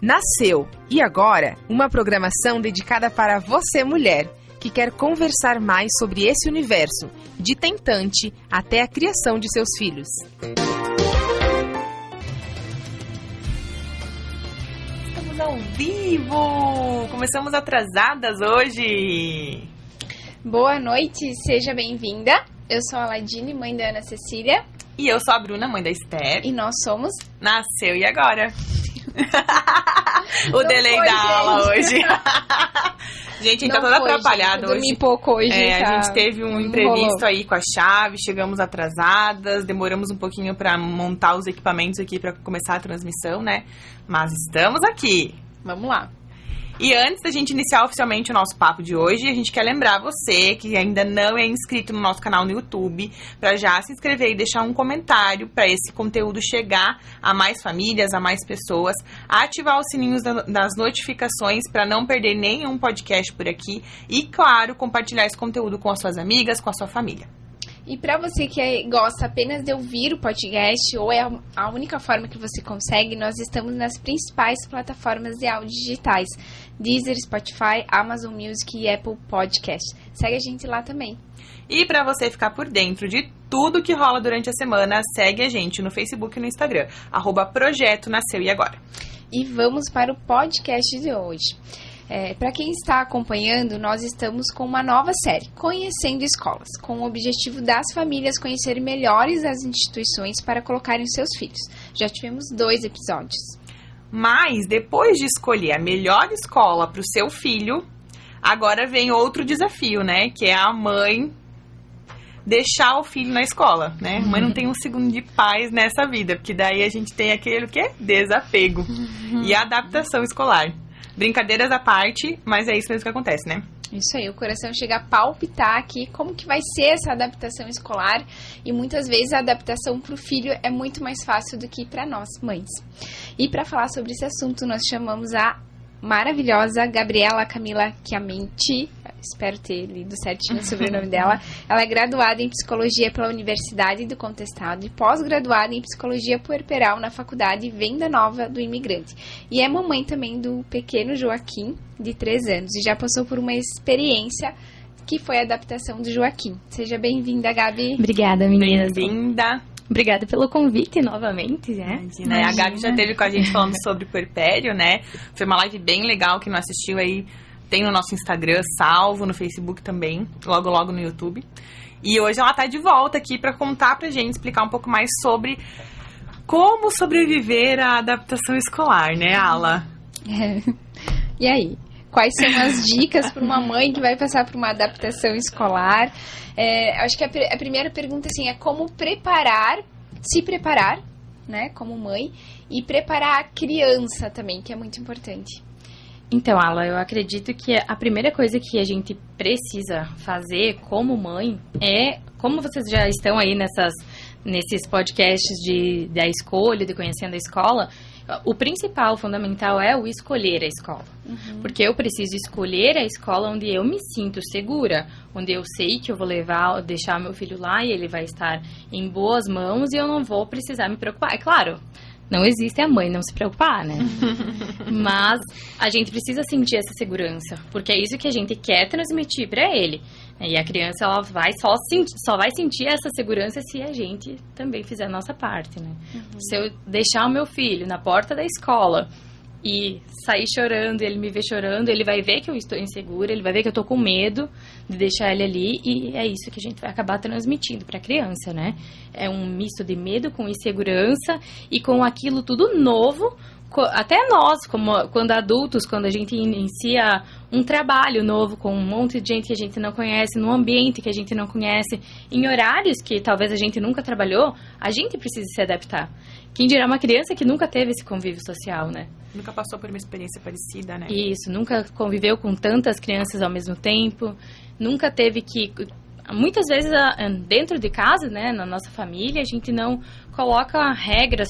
Nasceu e agora, uma programação dedicada para você, mulher, que quer conversar mais sobre esse universo, de tentante até a criação de seus filhos. Estamos ao vivo! Começamos atrasadas hoje! Boa noite, seja bem-vinda. Eu sou a Aladine, mãe da Ana Cecília. E eu sou a Bruna, mãe da Esther. E nós somos... Nasceu e agora? O delay da aula hoje. Gente, a gente tá toda atrapalhada hoje. Dormi pouco hoje. A gente teve um imprevisto aí com a chave, chegamos atrasadas, demoramos um pouquinho pra montar os equipamentos aqui pra começar a transmissão, né? Mas estamos aqui. Vamos lá. E antes da gente iniciar oficialmente o nosso papo de hoje, a gente quer lembrar você que ainda não é inscrito no nosso canal no YouTube, para já se inscrever e deixar um comentário para esse conteúdo chegar a mais famílias, a mais pessoas, ativar os sininhos das notificações para não perder nenhum podcast por aqui e, claro, compartilhar esse conteúdo com as suas amigas, com a sua família. E para você que gosta apenas de ouvir o podcast, ou é a única forma que você consegue, nós estamos nas principais plataformas de áudio digitais: Deezer, Spotify, Amazon Music e Apple Podcast. Segue a gente lá também. E para você ficar por dentro de tudo que rola durante a semana, segue a gente no Facebook e no Instagram, @Projeto Nasceu e Agora. E vamos para o podcast de hoje. Para quem está acompanhando, nós estamos com uma nova série, Conhecendo Escolas, com o objetivo das famílias conhecerem melhores as instituições para colocarem seus filhos. Já tivemos 2 episódios. Mas, depois de escolher a melhor escola para o seu filho, agora vem outro desafio, né? Que é a mãe deixar o filho na escola, né? A mãe não tem um segundo de paz nessa vida, porque daí a gente tem aquele, o quê? Desapego e adaptação escolar. Brincadeiras à parte, mas é isso mesmo que acontece, né? Isso aí, o coração chega a palpitar aqui como que vai ser essa adaptação escolar, e muitas vezes a adaptação para o filho é muito mais fácil do que para nós, mães. E para falar sobre esse assunto, nós chamamos a maravilhosa Gabriela Camila Chiamenti, espero ter lido certinho o sobrenome dela. Ela é graduada em Psicologia pela Universidade do Contestado e pós-graduada em Psicologia Puerperal na Faculdade Venda Nova do Imigrante. E é mamãe também do pequeno Joaquim, de 3 anos, e já passou por uma experiência que foi a adaptação do Joaquim. Seja bem-vinda, Gabi. Obrigada, meninas. Bem-vinda. Obrigada pelo convite novamente, né? Imagina. A Gabi já esteve com a gente falando sobre puerpério, né? Foi uma live bem legal, quem não assistiu aí tem no nosso Instagram, salvo no Facebook também, logo no YouTube. E hoje ela tá de volta aqui para contar pra gente, explicar um pouco mais sobre como sobreviver à adaptação escolar, né, Ala? E aí? Quais são as dicas para uma mãe que vai passar por uma adaptação escolar? Acho que a primeira pergunta assim, é como se preparar, né, como mãe, e preparar a criança também, que é muito importante. Então, Ala, eu acredito que a primeira coisa que a gente precisa fazer como mãe é, como vocês já estão aí nesses podcasts da escolha, de conhecendo a escola, o principal, o fundamental é o escolher a escola. Porque eu preciso escolher a escola onde eu me sinto segura, onde eu sei que eu vou deixar meu filho lá e ele vai estar em boas mãos e eu não vou precisar me preocupar. É claro, não existe a mãe não se preocupar, né? Mas a gente precisa sentir essa segurança, porque é isso que a gente quer transmitir para ele. E a criança, ela só vai sentir essa segurança se a gente também fizer a nossa parte, né? Se eu deixar o meu filho na porta da escola e sair chorando, ele me ver chorando, ele vai ver que eu estou insegura, ele vai ver que eu estou com medo de deixar ele ali, e é isso que a gente vai acabar transmitindo para a criança, né? É um misto de medo com insegurança e com aquilo tudo novo. Até nós, quando adultos, quando a gente inicia um trabalho novo com um monte de gente que a gente não conhece, num ambiente que a gente não conhece, em horários que talvez a gente nunca trabalhou, a gente precisa se adaptar. Quem dirá uma criança que nunca teve esse convívio social, né? Nunca passou por uma experiência parecida, né? Isso, nunca conviveu com tantas crianças ao mesmo tempo, nunca teve que... Muitas vezes, dentro de casa, né, na nossa família, a gente não coloca regras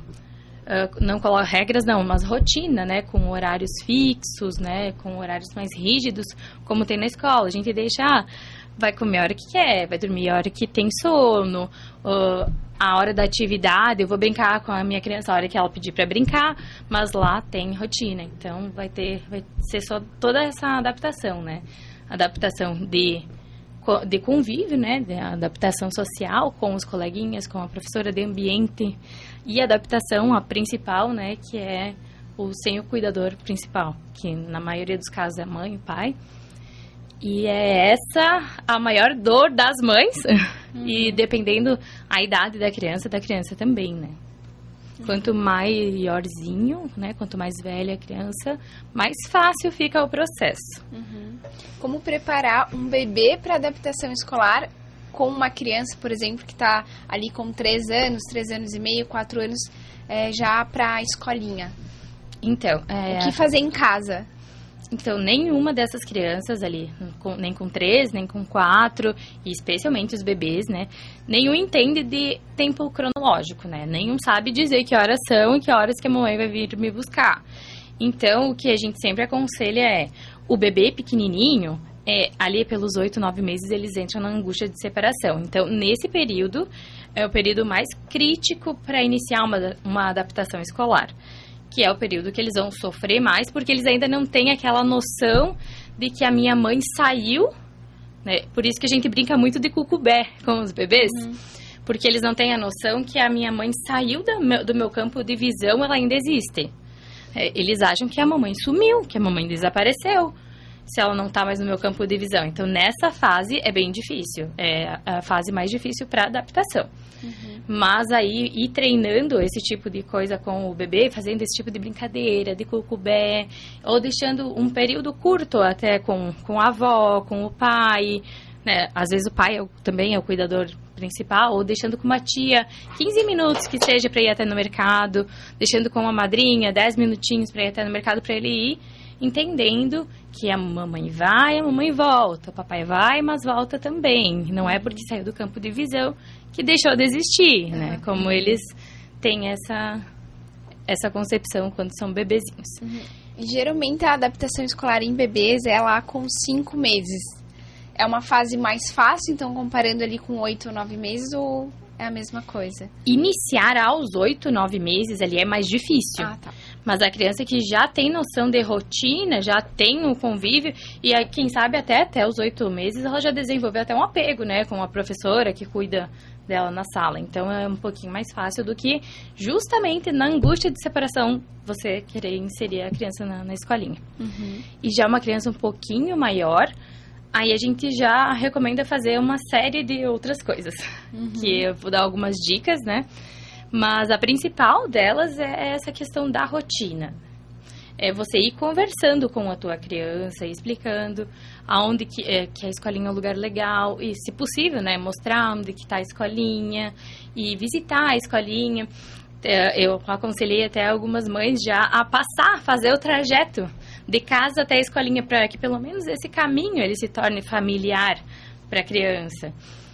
mas rotina, né, com horários fixos, né, com horários mais rígidos, como tem na escola. A gente deixa, vai comer a hora que quer, vai dormir a hora que tem sono, a hora da atividade, eu vou brincar com a minha criança a hora que ela pedir para brincar, mas lá tem rotina. Então, vai ser só toda essa adaptação, né? Adaptação de convívio, né? De adaptação social com os coleguinhas, com a professora de ambiente. E adaptação, a principal, né? Que é sem o cuidador principal, que na maioria dos casos é a mãe, o pai. E é essa a maior dor das mães. E dependendo a idade da criança também, né? Quanto maiorzinho, né? Quanto mais velha a criança, mais fácil fica o processo. Como preparar um bebê para adaptação escolar com uma criança, por exemplo, que está ali com 3 anos e meio, 4 anos, já para a escolinha? Então, o que fazer em casa? Então, nenhuma dessas crianças ali, nem com 3, nem com 4, e especialmente os bebês, né? Nenhum entende de tempo cronológico, né? Nenhum sabe dizer que horas são e que horas que a mamãe vai vir me buscar. Então, o que a gente sempre aconselha é, o bebê pequenininho, ali pelos 8, 9 meses, eles entram na angústia de separação. Então, nesse período, é o período mais crítico para iniciar uma adaptação escolar, que é o período que eles vão sofrer mais, porque eles ainda não têm aquela noção de que a minha mãe saiu, né? Por isso que a gente brinca muito de cucubé com os bebês, porque eles não têm a noção que a minha mãe saiu do meu campo de visão, ela ainda existe. Eles acham que a mamãe sumiu, que a mamãe desapareceu, se ela não está mais no meu campo de visão. Então, nessa fase é bem difícil, é a fase mais difícil para adaptação. Mas aí, ir treinando esse tipo de coisa com o bebê, fazendo esse tipo de brincadeira, de cucubé, ou deixando um período curto até com a avó, com o pai, né? Às vezes o pai também é o cuidador principal, ou deixando com uma tia 15 minutos que seja para ir até no mercado, deixando com uma madrinha 10 minutinhos para ir até no mercado, para ele ir entendendo que a mamãe vai, a mamãe volta, o papai vai, mas volta também. Não é porque saiu do campo de visão que deixou de existir, né? Como eles têm essa concepção quando são bebezinhos. Geralmente a adaptação escolar em bebês é lá com 5 meses. É uma fase mais fácil, então, comparando ali com 8 ou 9 meses, ou é a mesma coisa? Iniciar aos 8, 9 meses ali é mais difícil. Ah, tá. Mas a criança que já tem noção de rotina, já tem o convívio, e quem sabe até os 8 meses ela já desenvolveu até um apego, né, com a professora que cuida dela na sala. Então é um pouquinho mais fácil do que justamente na angústia de separação você querer inserir a criança na escolinha. E já uma criança um pouquinho maior, aí a gente já recomenda fazer uma série de outras coisas, que eu vou dar algumas dicas, né? Mas a principal delas é essa questão da rotina. É você ir conversando com a tua criança, explicando aonde que a escolinha é um lugar legal. E, se possível, né, mostrar onde que está a escolinha e visitar a escolinha. Eu aconselhei até algumas mães já a fazer o trajeto de casa até a escolinha, para que pelo menos esse caminho ele se torne familiar para a criança.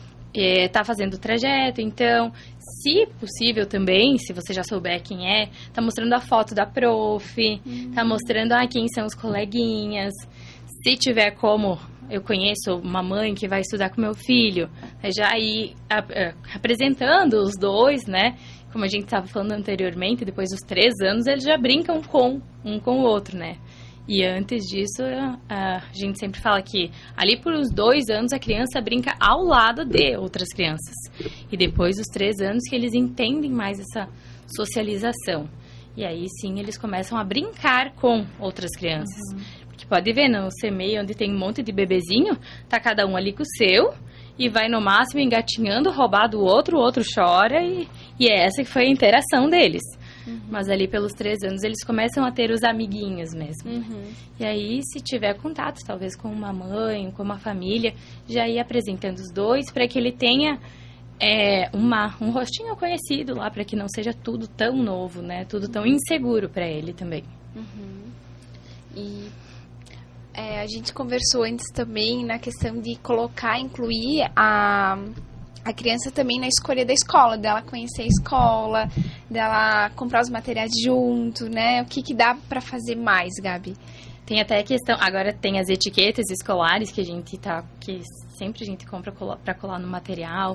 Tá fazendo o trajeto, então, se possível também, se você já souber quem tá mostrando a foto da prof, tá mostrando quem são os coleguinhas. Se tiver como, eu conheço uma mãe que vai estudar com meu filho, já ir apresentando os dois, né? Como a gente estava falando anteriormente, depois dos 3 anos, eles já brincam um com o outro, né? E antes disso, a gente sempre fala que ali por uns 2 anos a criança brinca ao lado de outras crianças. E depois dos 3 anos que eles entendem mais essa socialização. E aí sim eles começam a brincar com outras crianças. Porque pode ver, no CMEI, onde tem um monte de bebezinho, tá cada um ali com o seu e vai no máximo engatinhando, roubar do outro, o outro chora e é essa que foi a interação deles. Mas ali pelos 3 anos eles começam a ter os amiguinhos mesmo. E aí, se tiver contato, talvez com uma mãe, com uma família, já ir apresentando os dois para que ele tenha um rostinho conhecido lá, para que não seja tudo tão novo, né? Tudo tão inseguro para ele também. E a gente conversou antes também na questão de incluir a criança também na escolha da escola, dela conhecer a escola, dela comprar os materiais junto, né? O que dá para fazer mais, Gabi? Tem até a questão, agora tem as etiquetas escolares que sempre a gente compra para colar no material,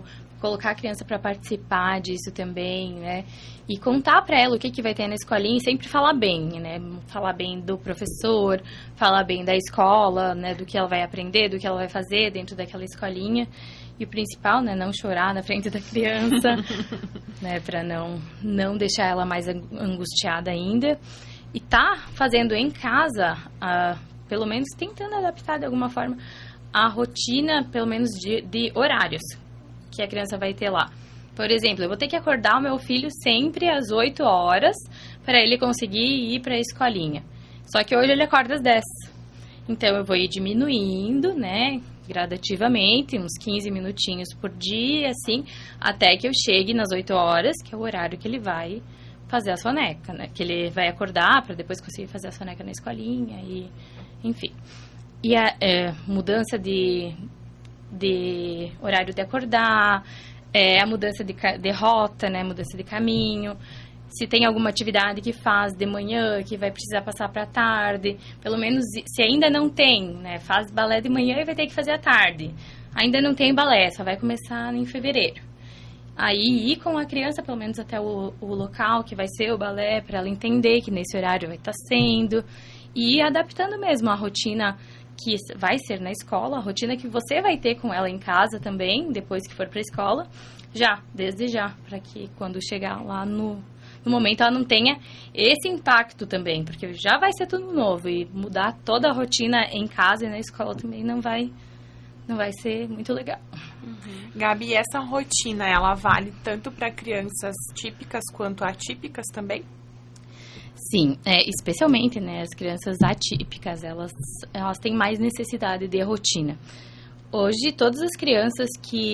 colocar a criança para participar disso também, né? E contar para ela o que vai ter na escolinha e sempre falar bem, né? Falar bem do professor, falar bem da escola, né? Do que ela vai aprender, do que ela vai fazer dentro daquela escolinha. E o principal, né? Não chorar na frente da criança, né? Para não deixar ela mais angustiada ainda. E tá fazendo em casa, pelo menos tentando adaptar de alguma forma a rotina, pelo menos de horários que a criança vai ter lá. Por exemplo, eu vou ter que acordar o meu filho sempre às 8 horas para ele conseguir ir para a escolinha. Só que hoje ele acorda às 10. Então, eu vou ir diminuindo, né, gradativamente, uns 15 minutinhos por dia, assim, até que eu chegue nas 8 horas, que é o horário que ele vai fazer a soneca, né? Que ele vai acordar para depois conseguir fazer a soneca na escolinha, e enfim. E a mudança de horário de acordar, a mudança de rota, né? Mudança de caminho. Se tem alguma atividade que faz de manhã, que vai precisar passar para a tarde. Pelo menos, se ainda não tem, né? Faz balé de manhã e vai ter que fazer à tarde. Ainda não tem balé, só vai começar em fevereiro. Aí, ir com a criança, pelo menos até o local que vai ser o balé, para ela entender que nesse horário vai estar sendo. E ir adaptando mesmo a rotina que vai ser na escola, a rotina que você vai ter com ela em casa também, depois que for para a escola, desde já, para que quando chegar lá no momento ela não tenha esse impacto também, porque já vai ser tudo novo e mudar toda a rotina em casa e na escola também não vai ser muito legal. Uhum. Gabi, essa rotina, ela vale tanto para crianças típicas quanto atípicas também? Sim, especialmente, né, as crianças atípicas, elas têm mais necessidade de rotina. Hoje, todas as crianças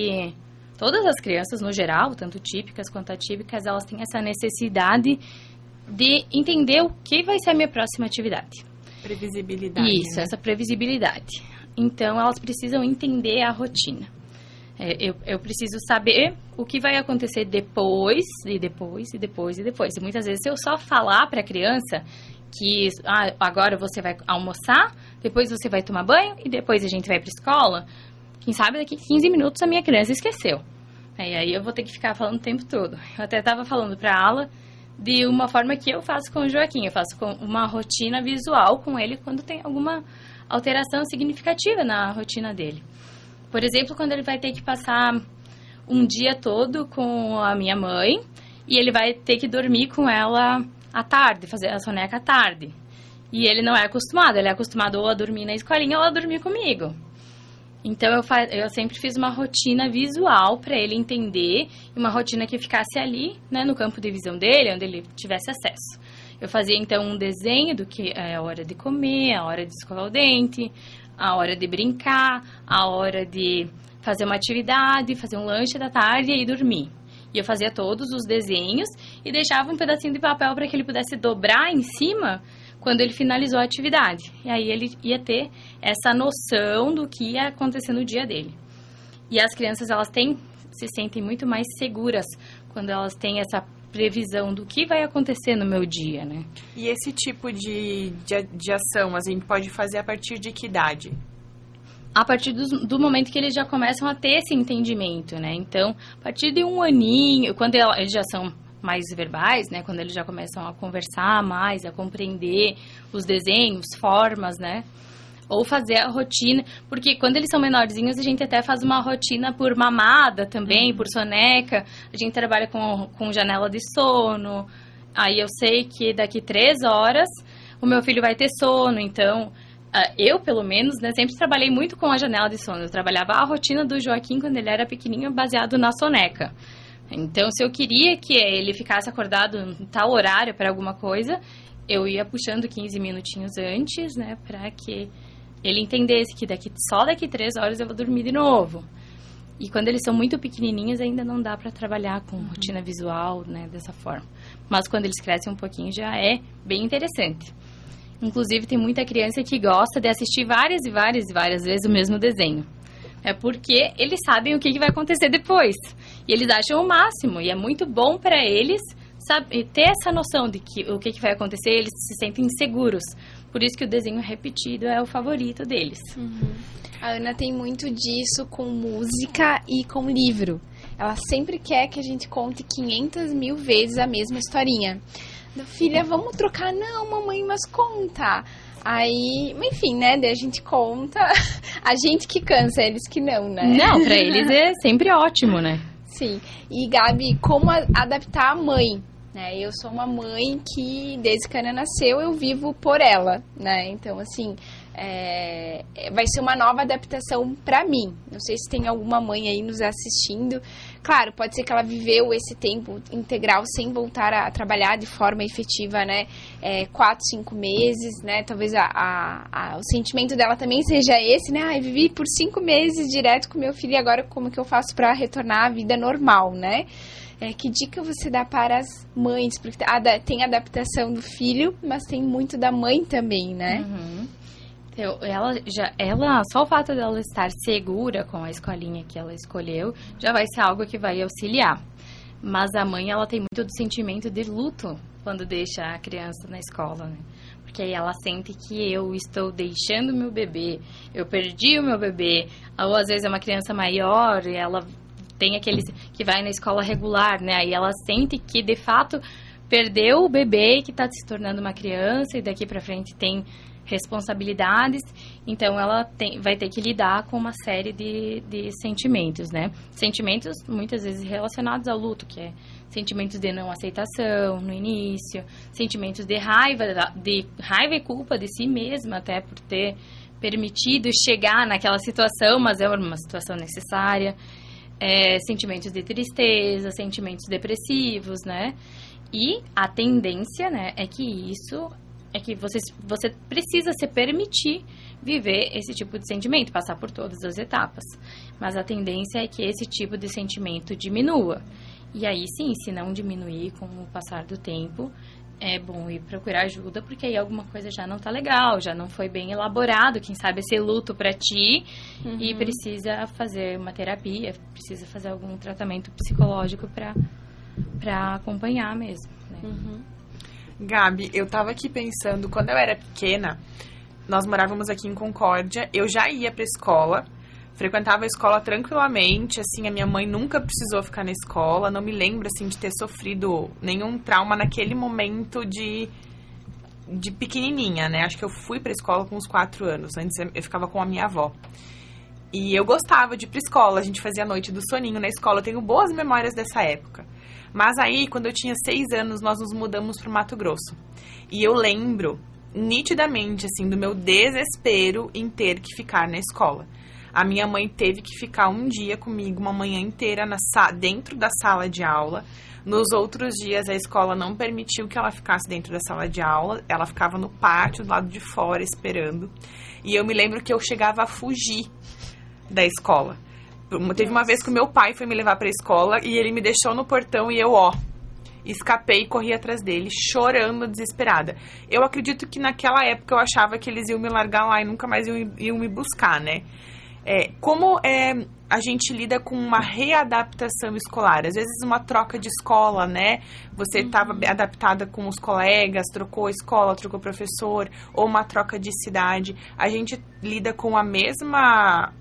no geral, tanto típicas quanto atípicas, elas têm essa necessidade de entender o que vai ser a minha próxima atividade. Previsibilidade. Isso, né? Essa previsibilidade. Então, elas precisam entender a rotina. Eu preciso saber o que vai acontecer depois, e depois, e depois, e depois. E muitas vezes, se eu só falar para a criança que agora você vai almoçar, depois você vai tomar banho, e depois a gente vai para a escola, quem sabe daqui 15 minutos a minha criança esqueceu. E aí eu vou ter que ficar falando o tempo todo. Eu até estava falando para a Ala de uma forma que eu faço com o Joaquim. Eu faço com uma rotina visual com ele quando tem alguma alteração significativa na rotina dele. Por exemplo, quando ele vai ter que passar um dia todo com a minha mãe e ele vai ter que dormir com ela à tarde, fazer a soneca à tarde. E ele não é acostumado, ele é acostumado ou a dormir na escolinha ou a dormir comigo. Então, eu sempre fiz uma rotina visual para ele entender, e uma rotina que ficasse ali, né, no campo de visão dele, onde ele tivesse acesso. Eu fazia, então, um desenho do que é a hora de comer, a hora de escovar o dente, a hora de brincar, a hora de fazer uma atividade, fazer um lanche da tarde e ir dormir. E eu fazia todos os desenhos e deixava um pedacinho de papel para que ele pudesse dobrar em cima quando ele finalizou a atividade. E aí ele ia ter essa noção do que ia acontecer no dia dele. E as crianças, se sentem muito mais seguras quando elas têm essa previsão do que vai acontecer no meu dia, né? E esse tipo de ação a gente pode fazer a partir de que idade? A partir do momento que eles já começam a ter esse entendimento, né? Então, a partir de 1 aninho, quando eles já são mais verbais, né? Quando eles já começam a conversar mais, a compreender os desenhos, formas, né? Ou fazer a rotina, porque quando eles são menorzinhos, a gente até faz uma rotina por mamada também, por soneca. A gente trabalha com janela de sono. Aí eu sei que daqui 3 horas o meu filho vai ter sono. Então, eu, pelo menos, né, sempre trabalhei muito com a janela de sono. Eu trabalhava a rotina do Joaquim quando ele era pequenininho, baseado na soneca. Então, se eu queria que ele ficasse acordado em tal horário para alguma coisa, eu ia puxando 15 minutinhos antes, né, para que ele entendesse que só daqui 3 horas eu vou dormir de novo. E quando eles são muito pequenininhos, ainda não dá para trabalhar com rotina visual, né, dessa forma. Mas quando eles crescem um pouquinho, já é bem interessante. Inclusive, tem muita criança que gosta de assistir várias e várias e várias vezes o mesmo desenho. É porque eles sabem o que vai acontecer depois. E eles acham o máximo. E é muito bom para eles ter essa noção de o que vai acontecer. Eles se sentem seguros. Por isso que o desenho repetido é o favorito deles. A Ana tem muito disso com música e com livro. ela sempre quer que a gente conte 500 mil vezes a mesma historinha. Filha, vamos trocar? Não, mamãe, mas conta. Aí, enfim, né, daí a gente conta, a gente que cansa, eles que não, né? Não, pra eles é sempre ótimo, né? Sim, e Gabi, como adaptar a mãe? Né? Eu sou uma mãe que, desde que a Ana nasceu, eu vivo por ela, né? Então, assim, vai ser uma nova adaptação pra mim. Não sei se tem alguma mãe aí nos assistindo. Claro, pode ser que ela viveu esse tempo integral sem voltar a trabalhar de forma efetiva, né? 4, 5 meses, né? Talvez o sentimento dela também seja esse, né? Vivi por 5 meses direto com meu filho e agora como que eu faço pra retornar à vida normal, né? Que dica você dá para as mães? Porque tem a adaptação do filho, mas tem muito da mãe também, né? Uhum. Então, ela, só o fato dela estar segura com a escolinha que ela escolheu, já vai ser algo que vai auxiliar. Mas a mãe, ela tem muito do sentimento de luto quando deixa a criança na escola, né? Porque aí ela sente que eu estou deixando meu bebê, eu perdi o meu bebê, ou às vezes é uma criança maior e ela tem aqueles que vai na escola regular, né? Aí ela sente que, de fato, perdeu o bebê que está se tornando uma criança e daqui para frente tem responsabilidades. Então, ela vai ter que lidar com uma série de sentimentos, né? Sentimentos, muitas vezes, relacionados ao luto, que é sentimentos de não aceitação no início, sentimentos de raiva e culpa de si mesma, até por ter permitido chegar naquela situação, mas é uma situação necessária. Sentimentos de tristeza, sentimentos depressivos, né? E a tendência, né, é que você precisa se permitir viver esse tipo de sentimento, passar por todas as etapas. Mas a tendência é que esse tipo de sentimento diminua. E aí sim, se não diminuir com o passar do tempo, é bom ir procurar ajuda, porque aí alguma coisa já não tá legal, já não foi bem elaborado, quem sabe esse luto pra ti, e precisa fazer uma terapia, precisa fazer algum tratamento psicológico pra acompanhar mesmo, né? Gabi, eu tava aqui pensando, quando eu era pequena, nós morávamos aqui em Concórdia, eu já ia pra escola, frequentava a escola tranquilamente, assim, a minha mãe nunca precisou ficar na escola, não me lembro, assim, de ter sofrido nenhum trauma naquele momento de pequenininha, né? Acho que eu fui pra escola com uns 4 anos, antes eu ficava com a minha avó. E eu gostava de ir pra escola, a gente fazia a noite do soninho na escola, eu tenho boas memórias dessa época. Mas aí, quando eu tinha 6 anos, nós nos mudamos pro Mato Grosso. E eu lembro, nitidamente, assim, do meu desespero em ter que ficar na escola. A minha mãe teve que ficar um dia comigo, uma manhã inteira, dentro da sala de aula. Nos outros dias, a escola não permitiu que ela ficasse dentro da sala de aula. Ela ficava no pátio, do lado de fora, esperando. E eu me lembro que eu chegava a fugir da escola. Teve uma vez que o meu pai foi me levar pra escola e ele me deixou no portão e eu, escapei e corri atrás dele, chorando, desesperada. Eu acredito que naquela época eu achava que eles iam me largar lá e nunca mais iam me buscar, né? Como a gente lida com uma readaptação escolar? Às vezes uma troca de escola, né? Você estava adaptada com os colegas, trocou escola, trocou professor, ou uma troca de cidade. A gente lida com a mesma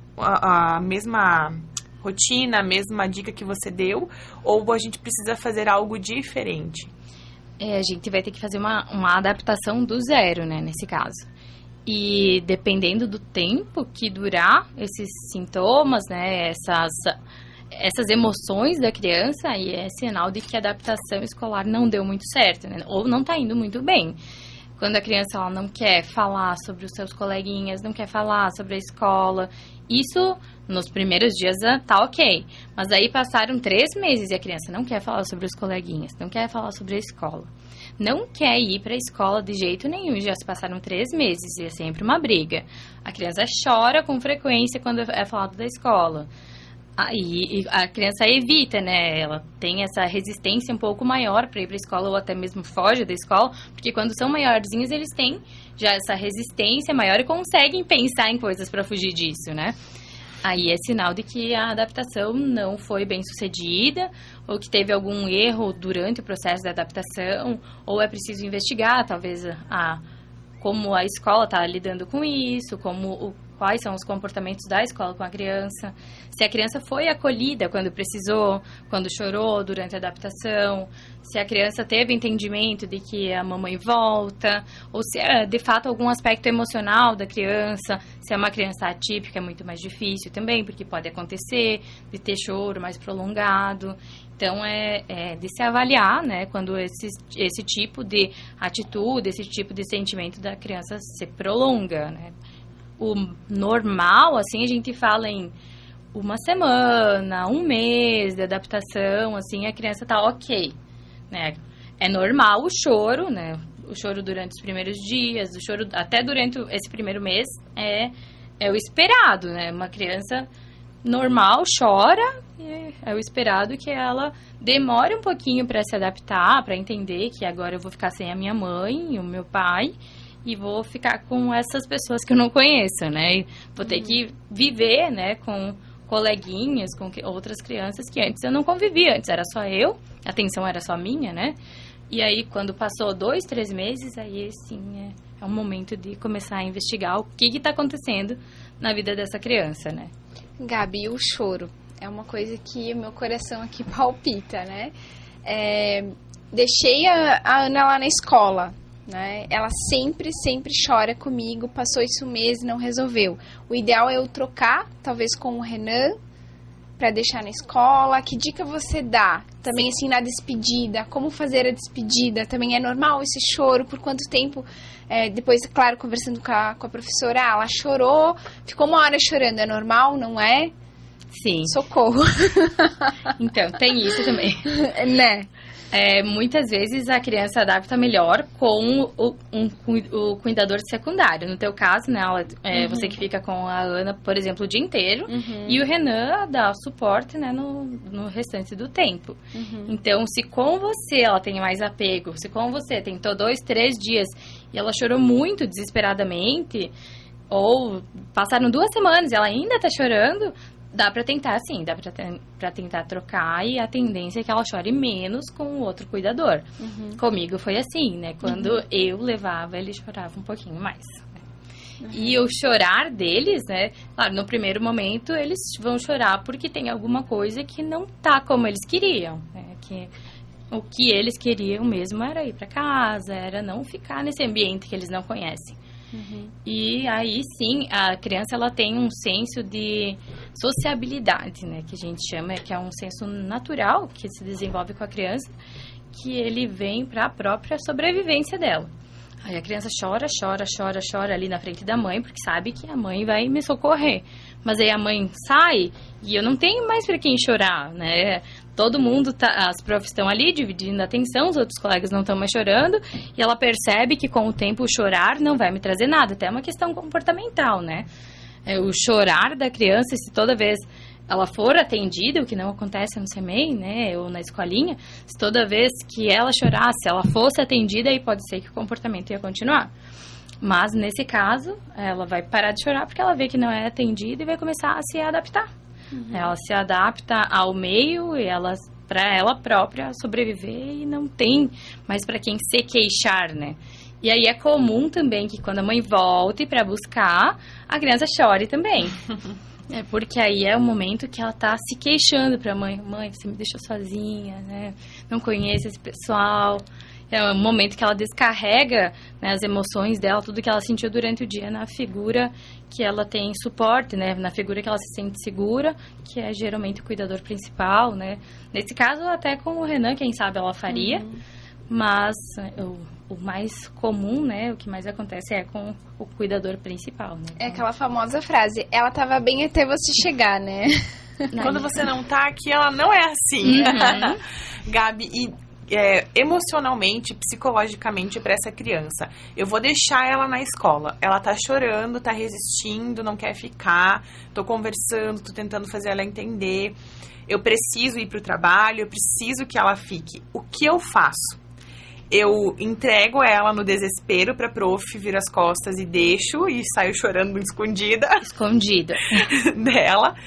rotina, a mesma dica que você deu, ou a gente precisa fazer algo diferente? A gente vai ter que fazer uma adaptação do zero, né, nesse caso. E dependendo do tempo que durar esses sintomas, né, essas emoções da criança, aí é sinal de que a adaptação escolar não deu muito certo, né, ou não está indo muito bem. Quando a criança ela não quer falar sobre os seus coleguinhas, não quer falar sobre a escola, isso nos primeiros dias tá ok. Mas aí passaram 3 meses e a criança não quer falar sobre os coleguinhas, não quer falar sobre a escola. Não quer ir para a escola de jeito nenhum, já se passaram 3 meses e é sempre uma briga. A criança chora com frequência quando é falado da escola. E a criança evita, né? Ela tem essa resistência um pouco maior para ir para a escola ou até mesmo foge da escola, porque quando são maiorzinhos eles têm já essa resistência maior e conseguem pensar em coisas para fugir disso, né? Aí é sinal de que a adaptação não foi bem sucedida, ou que teve algum erro durante o processo de adaptação, ou é preciso investigar, talvez, como a escola está lidando com isso, como quais são os comportamentos da escola com a criança, se a criança foi acolhida quando precisou, quando chorou durante a adaptação, se a criança teve entendimento de que a mamãe volta, ou se é, de fato, algum aspecto emocional da criança, se é uma criança atípica, é muito mais difícil também, porque pode acontecer de ter choro mais prolongado. Então, é de se avaliar, né, quando esse tipo de atitude, esse tipo de sentimento da criança se prolonga, né. O normal, assim, a gente fala em 1 semana, 1 mês de adaptação, assim, a criança tá ok, né. É normal o choro, né, o choro durante os primeiros dias, o choro até durante esse primeiro mês é o esperado, né, uma criança normal chora, é o esperado que ela demore um pouquinho para se adaptar, para entender que agora eu vou ficar sem a minha mãe e o meu pai e vou ficar com essas pessoas que eu não conheço, né? E vou ter que viver, né, com coleguinhas, com outras crianças que antes eu não convivia, antes era só eu, a atenção era só minha, né? E aí, quando passou 2, 3 meses, aí sim é um momento de começar a investigar o que está acontecendo na vida dessa criança, né? Gabi, o choro é uma coisa que o meu coração aqui palpita, né? Deixei a Ana lá na escola, né? Ela sempre chora comigo, passou isso um mês e não resolveu. O ideal é eu trocar, talvez com o Renan, para deixar na escola. Que dica você dá? Também, assim, na despedida, como fazer a despedida? Também é normal esse choro? Por quanto tempo? Depois, claro, conversando com a professora, ela chorou, ficou 1 hora chorando, é normal, não é? Sim. Socorro. Então, tem isso também. Né? Muitas vezes a criança adapta melhor com o cuidador secundário. No teu caso, né, você que fica com a Ana, por exemplo, o dia inteiro, e o Renan dá suporte, né, no restante do tempo. Então, se com você ela tem mais apego, se com você tentou 2, 3 dias e ela chorou muito desesperadamente, ou passaram 2 semanas e ela ainda tá chorando, dá pra tentar, sim, dá pra tentar trocar, e a tendência é que ela chore menos com o outro cuidador. Comigo foi assim, né? Quando eu levava, ele chorava um pouquinho mais. E o chorar deles, né? Claro, no primeiro momento eles vão chorar porque tem alguma coisa que não tá como eles queriam, né? O que eles queriam mesmo era ir pra casa, era não ficar nesse ambiente que eles não conhecem. E aí sim, a criança ela tem um senso de sociabilidade, né, que a gente chama, que é um senso natural que se desenvolve com a criança, que ele vem para a própria sobrevivência dela. Aí a criança chora ali na frente da mãe, porque sabe que a mãe vai me socorrer. Mas aí a mãe sai e eu não tenho mais para quem chorar, né? Todo mundo as profs estão ali dividindo a atenção, os outros colegas não estão mais chorando, e ela percebe que com o tempo o chorar não vai me trazer nada, até é uma questão comportamental, né? O chorar da criança, se toda vez ela for atendida, o que não acontece no CMEI, né, ou na escolinha, se toda vez que ela chorasse, ela fosse atendida, aí pode ser que o comportamento ia continuar. Mas, nesse caso, ela vai parar de chorar porque ela vê que não é atendida e vai começar a se adaptar. Ela se adapta ao meio e para ela própria sobreviver, e não tem mais para quem se queixar, né? E aí é comum também que quando a mãe volte para buscar, a criança chore também. Porque aí é o momento que ela tá se queixando pra mãe. Mãe, você me deixou sozinha, né? Não conheço esse pessoal. É o momento que ela descarrega, né, as emoções dela, tudo que ela sentiu durante o dia na figura que ela tem suporte, né? Na figura que ela se sente segura, que é geralmente o cuidador principal, né? Nesse caso, até com o Renan, quem sabe ela faria. Mas o mais comum, né, o que mais acontece é com o cuidador principal, né? É aquela famosa frase, ela tava bem até você chegar, né? Quando você não tá aqui, ela não é assim. Gabi, e emocionalmente, psicologicamente para essa criança, eu vou deixar ela na escola, ela tá chorando, tá resistindo, não quer ficar, tô conversando, tô tentando fazer ela entender, eu preciso ir pro trabalho, eu preciso que ela fique. O que eu faço? Eu entrego ela no desespero pra prof, viro as costas e deixo, e saio chorando escondida. Escondida. Dela.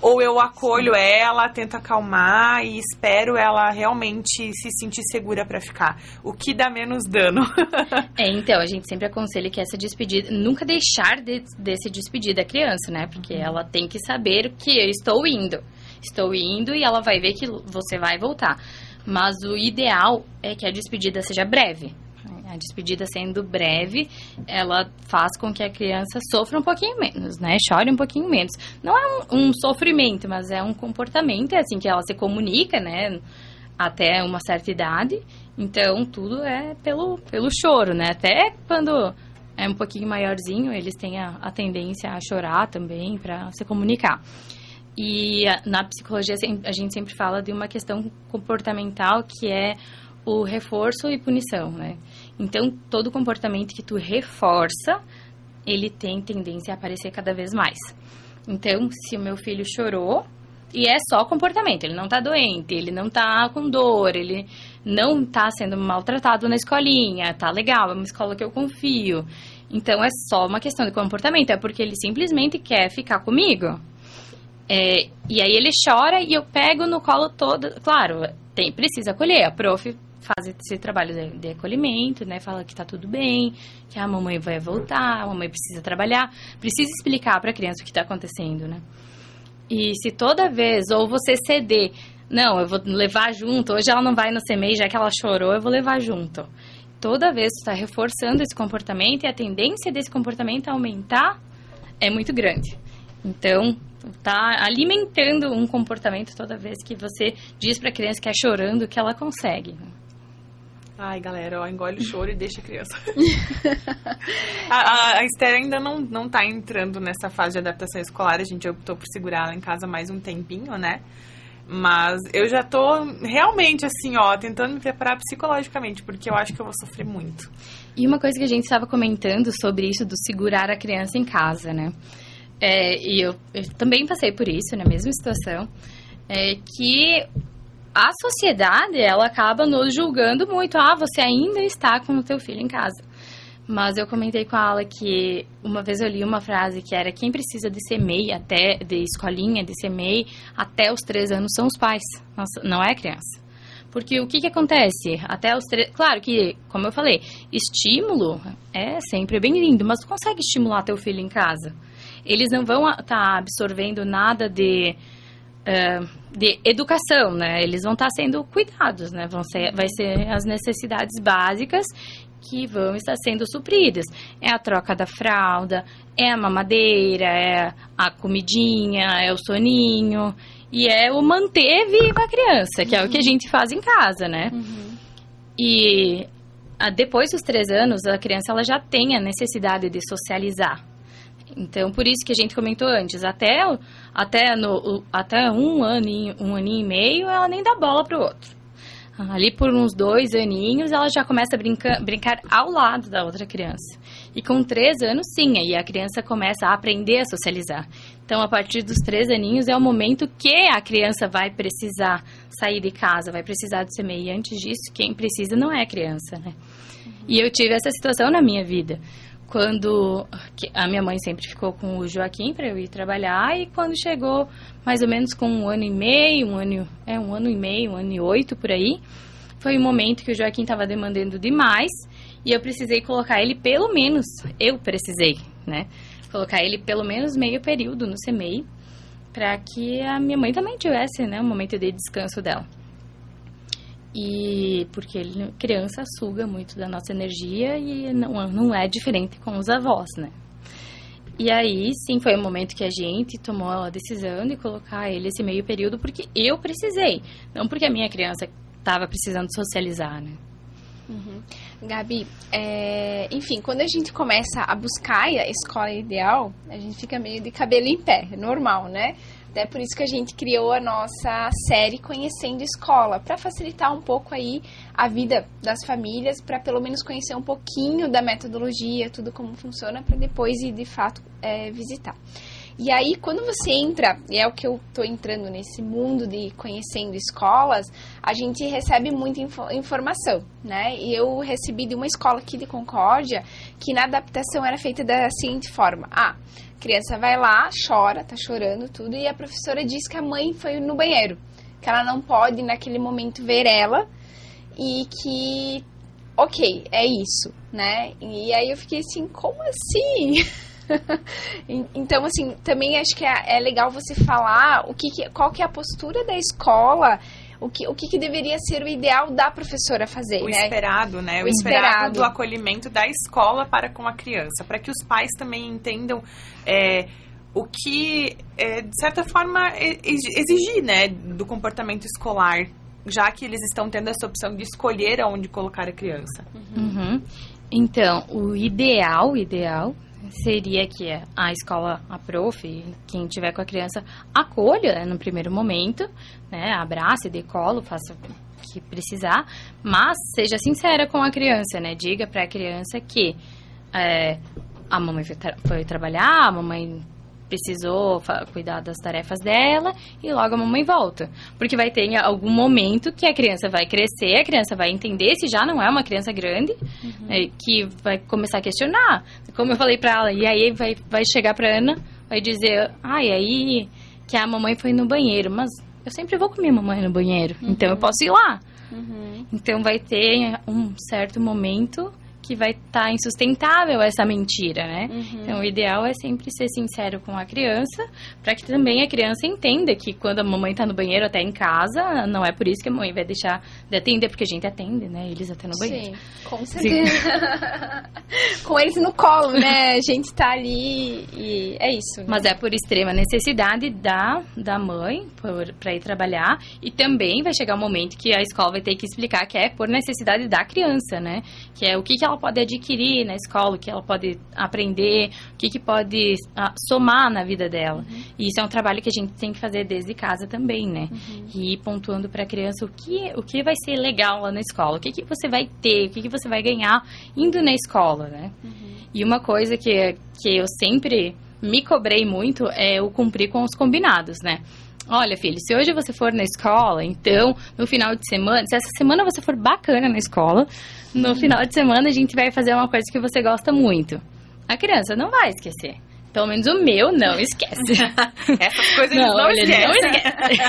Ou eu acolho ela, tento acalmar e espero ela realmente se sentir segura pra ficar? O que dá menos dano? Então, a gente sempre aconselha que essa despedida, nunca deixar de se despedir da criança, né? Porque ela tem que saber que eu estou indo. Estou indo e ela vai ver que você vai voltar. Mas o ideal é que a despedida seja breve. A despedida sendo breve, ela faz com que a criança sofra um pouquinho menos, né? Chore um pouquinho menos. Não é um sofrimento, mas é um comportamento, é assim que ela se comunica, né? Até uma certa idade. Então, tudo é pelo choro, né? Até quando é um pouquinho maiorzinho, eles têm a tendência a chorar também para se comunicar. E na psicologia, a gente sempre fala de uma questão comportamental que é o reforço e punição, né? Então, todo comportamento que tu reforça, ele tem tendência a aparecer cada vez mais. Então, se o meu filho chorou, e é só comportamento, ele não tá doente, ele não tá com dor, ele não tá sendo maltratado na escolinha, tá legal, é uma escola que eu confio. Então, é só uma questão de comportamento, é porque ele simplesmente quer ficar comigo. E aí ele chora e eu pego no colo todo. Claro, precisa acolher. A prof faz esse trabalho de acolhimento, né? Fala que tá tudo bem, que a mamãe vai voltar, a mamãe precisa trabalhar. Precisa explicar pra criança o que tá acontecendo, né? E se toda vez, ou você ceder, não, eu vou levar junto, hoje ela não vai no CMEI, já que ela chorou, eu vou levar junto. Toda vez você tá reforçando esse comportamento e a tendência desse comportamento a aumentar é muito grande. Então, tá alimentando um comportamento toda vez que você diz pra criança que é chorando que ela consegue. Ai, galera, ó, engole o choro e deixa a criança. a Esther ainda não tá entrando nessa fase de adaptação escolar. A gente optou por segurar ela em casa mais um tempinho, né? Mas eu já tô realmente, assim, ó, tentando me preparar psicologicamente, porque eu acho que eu vou sofrer muito. E uma coisa que a gente estava comentando sobre isso do segurar a criança em casa, né? E eu também passei por isso, na mesma situação, que a sociedade, ela acaba nos julgando muito. Ah, você ainda está com o teu filho em casa. Mas eu comentei com a Ala que uma vez eu li uma frase que era: quem precisa de CMEI, de escolinha, de CMEI, até os 3 anos são os pais, não é a criança. Porque o que acontece? Até os 3... Claro que, como eu falei, estímulo é sempre bem-vindo, mas tu consegue estimular teu filho em casa. Eles não vão estar absorvendo nada de educação, né? Eles vão estar sendo cuidados, né? Vai ser as necessidades básicas que vão estar sendo supridas. É a troca da fralda, é a mamadeira, é a comidinha, é o soninho e é o manter viva a criança, que é o que a gente faz em casa, né? Uhum. E depois dos 3 anos, a criança ela já tem a necessidade de socializar. Então, por isso que a gente comentou antes, até um aninho e meio, ela nem dá bola pro outro. Ali por uns 2 aninhos, ela já começa a brincar ao lado da outra criança. E com 3 anos, sim, aí a criança começa a aprender a socializar. Então, a partir dos 3 aninhos é o momento que a criança vai precisar sair de casa, vai precisar do CMEI. E antes disso, quem precisa não é a criança, né? Uhum. E eu tive essa situação na minha vida. Quando a minha mãe sempre ficou com o Joaquim para eu ir trabalhar, e quando chegou mais ou menos com 1 ano e meio, 1 ano e 8 por aí, foi um momento que o Joaquim estava demandando demais e eu precisei colocar ele colocar ele pelo menos meio período no CMEI, para que a minha mãe também tivesse, né, um momento de descanso dela. E porque criança suga muito da nossa energia e não é diferente com os avós, né? E aí, sim, foi o momento que a gente tomou a decisão de colocar ele esse meio período porque eu precisei, não porque a minha criança estava precisando socializar, né? Uhum. Gabi, enfim, quando a gente começa a buscar a escola ideal, a gente fica meio de cabelo em pé, é normal, né? Até por isso que a gente criou a nossa série Conhecendo Escola, para facilitar um pouco aí a vida das famílias, para pelo menos conhecer um pouquinho da metodologia, tudo como funciona, para depois ir de fato visitar. E aí, quando você entra, e é o que eu tô entrando nesse mundo de conhecendo escolas, a gente recebe muita informação, né? E eu recebi de uma escola aqui de Concórdia que na adaptação era feita da seguinte forma. A criança vai lá, chora, tá chorando tudo, e a professora diz que a mãe foi no banheiro, que ela não pode naquele momento ver ela e que, ok, é isso, né? E aí eu fiquei assim, como assim? Então, assim, também acho que é legal você falar qual que é a postura da escola, o que deveria ser o ideal da professora fazer, o né? Esperado, né? O esperado do acolhimento da escola para com a criança, para que os pais também entendam o que, de certa forma, exigir, né, do comportamento escolar, já que eles estão tendo essa opção de escolher aonde colocar a criança. Uhum. Então, o ideal seria que a escola, a prof, quem tiver com a criança, acolha no primeiro momento, né, abrace, dê colo, faça o que precisar, mas seja sincera com a criança, né, diga para a criança que a mamãe foi trabalhar, a mamãe precisou cuidar das tarefas dela e logo a mamãe volta. Porque vai ter algum momento que a criança vai crescer, a criança vai entender, se já não é uma criança grande, que vai começar a questionar. Como eu falei pra ela, e aí vai chegar pra Ana, vai dizer, e aí que a mamãe foi no banheiro, mas eu sempre vou com minha mamãe no banheiro, então eu posso ir lá. Então vai ter um certo momento que vai estar insustentável essa mentira, né? Então, o ideal é sempre ser sincero com a criança, para que também a criança entenda que quando a mamãe tá no banheiro, até em casa, não é por isso que a mãe vai deixar de atender, porque a gente atende, né? Eles até no banheiro. Sim, com certeza. Com eles no colo, né? A gente tá ali e é isso. Né? Mas é por extrema necessidade da mãe para ir trabalhar, e também vai chegar um momento que a escola vai ter que explicar que é por necessidade da criança, né? Que é o que ela pode adquirir na escola, o que ela pode aprender, o que pode somar na vida dela. E isso é um trabalho que a gente tem que fazer desde casa também, né? E ir pontuando para a criança o que vai ser legal lá na escola, o que você vai ter, o que você vai ganhar indo na escola, né? E uma coisa que eu sempre me cobrei muito é o cumprir com os combinados, né? Olha, filho, se hoje você for na escola, então, no final de semana, se essa semana você for bacana na escola, no final de semana a gente vai fazer uma coisa que você gosta muito. A criança não vai esquecer. Pelo menos o meu não esquece. Essas coisas eles não esquecem.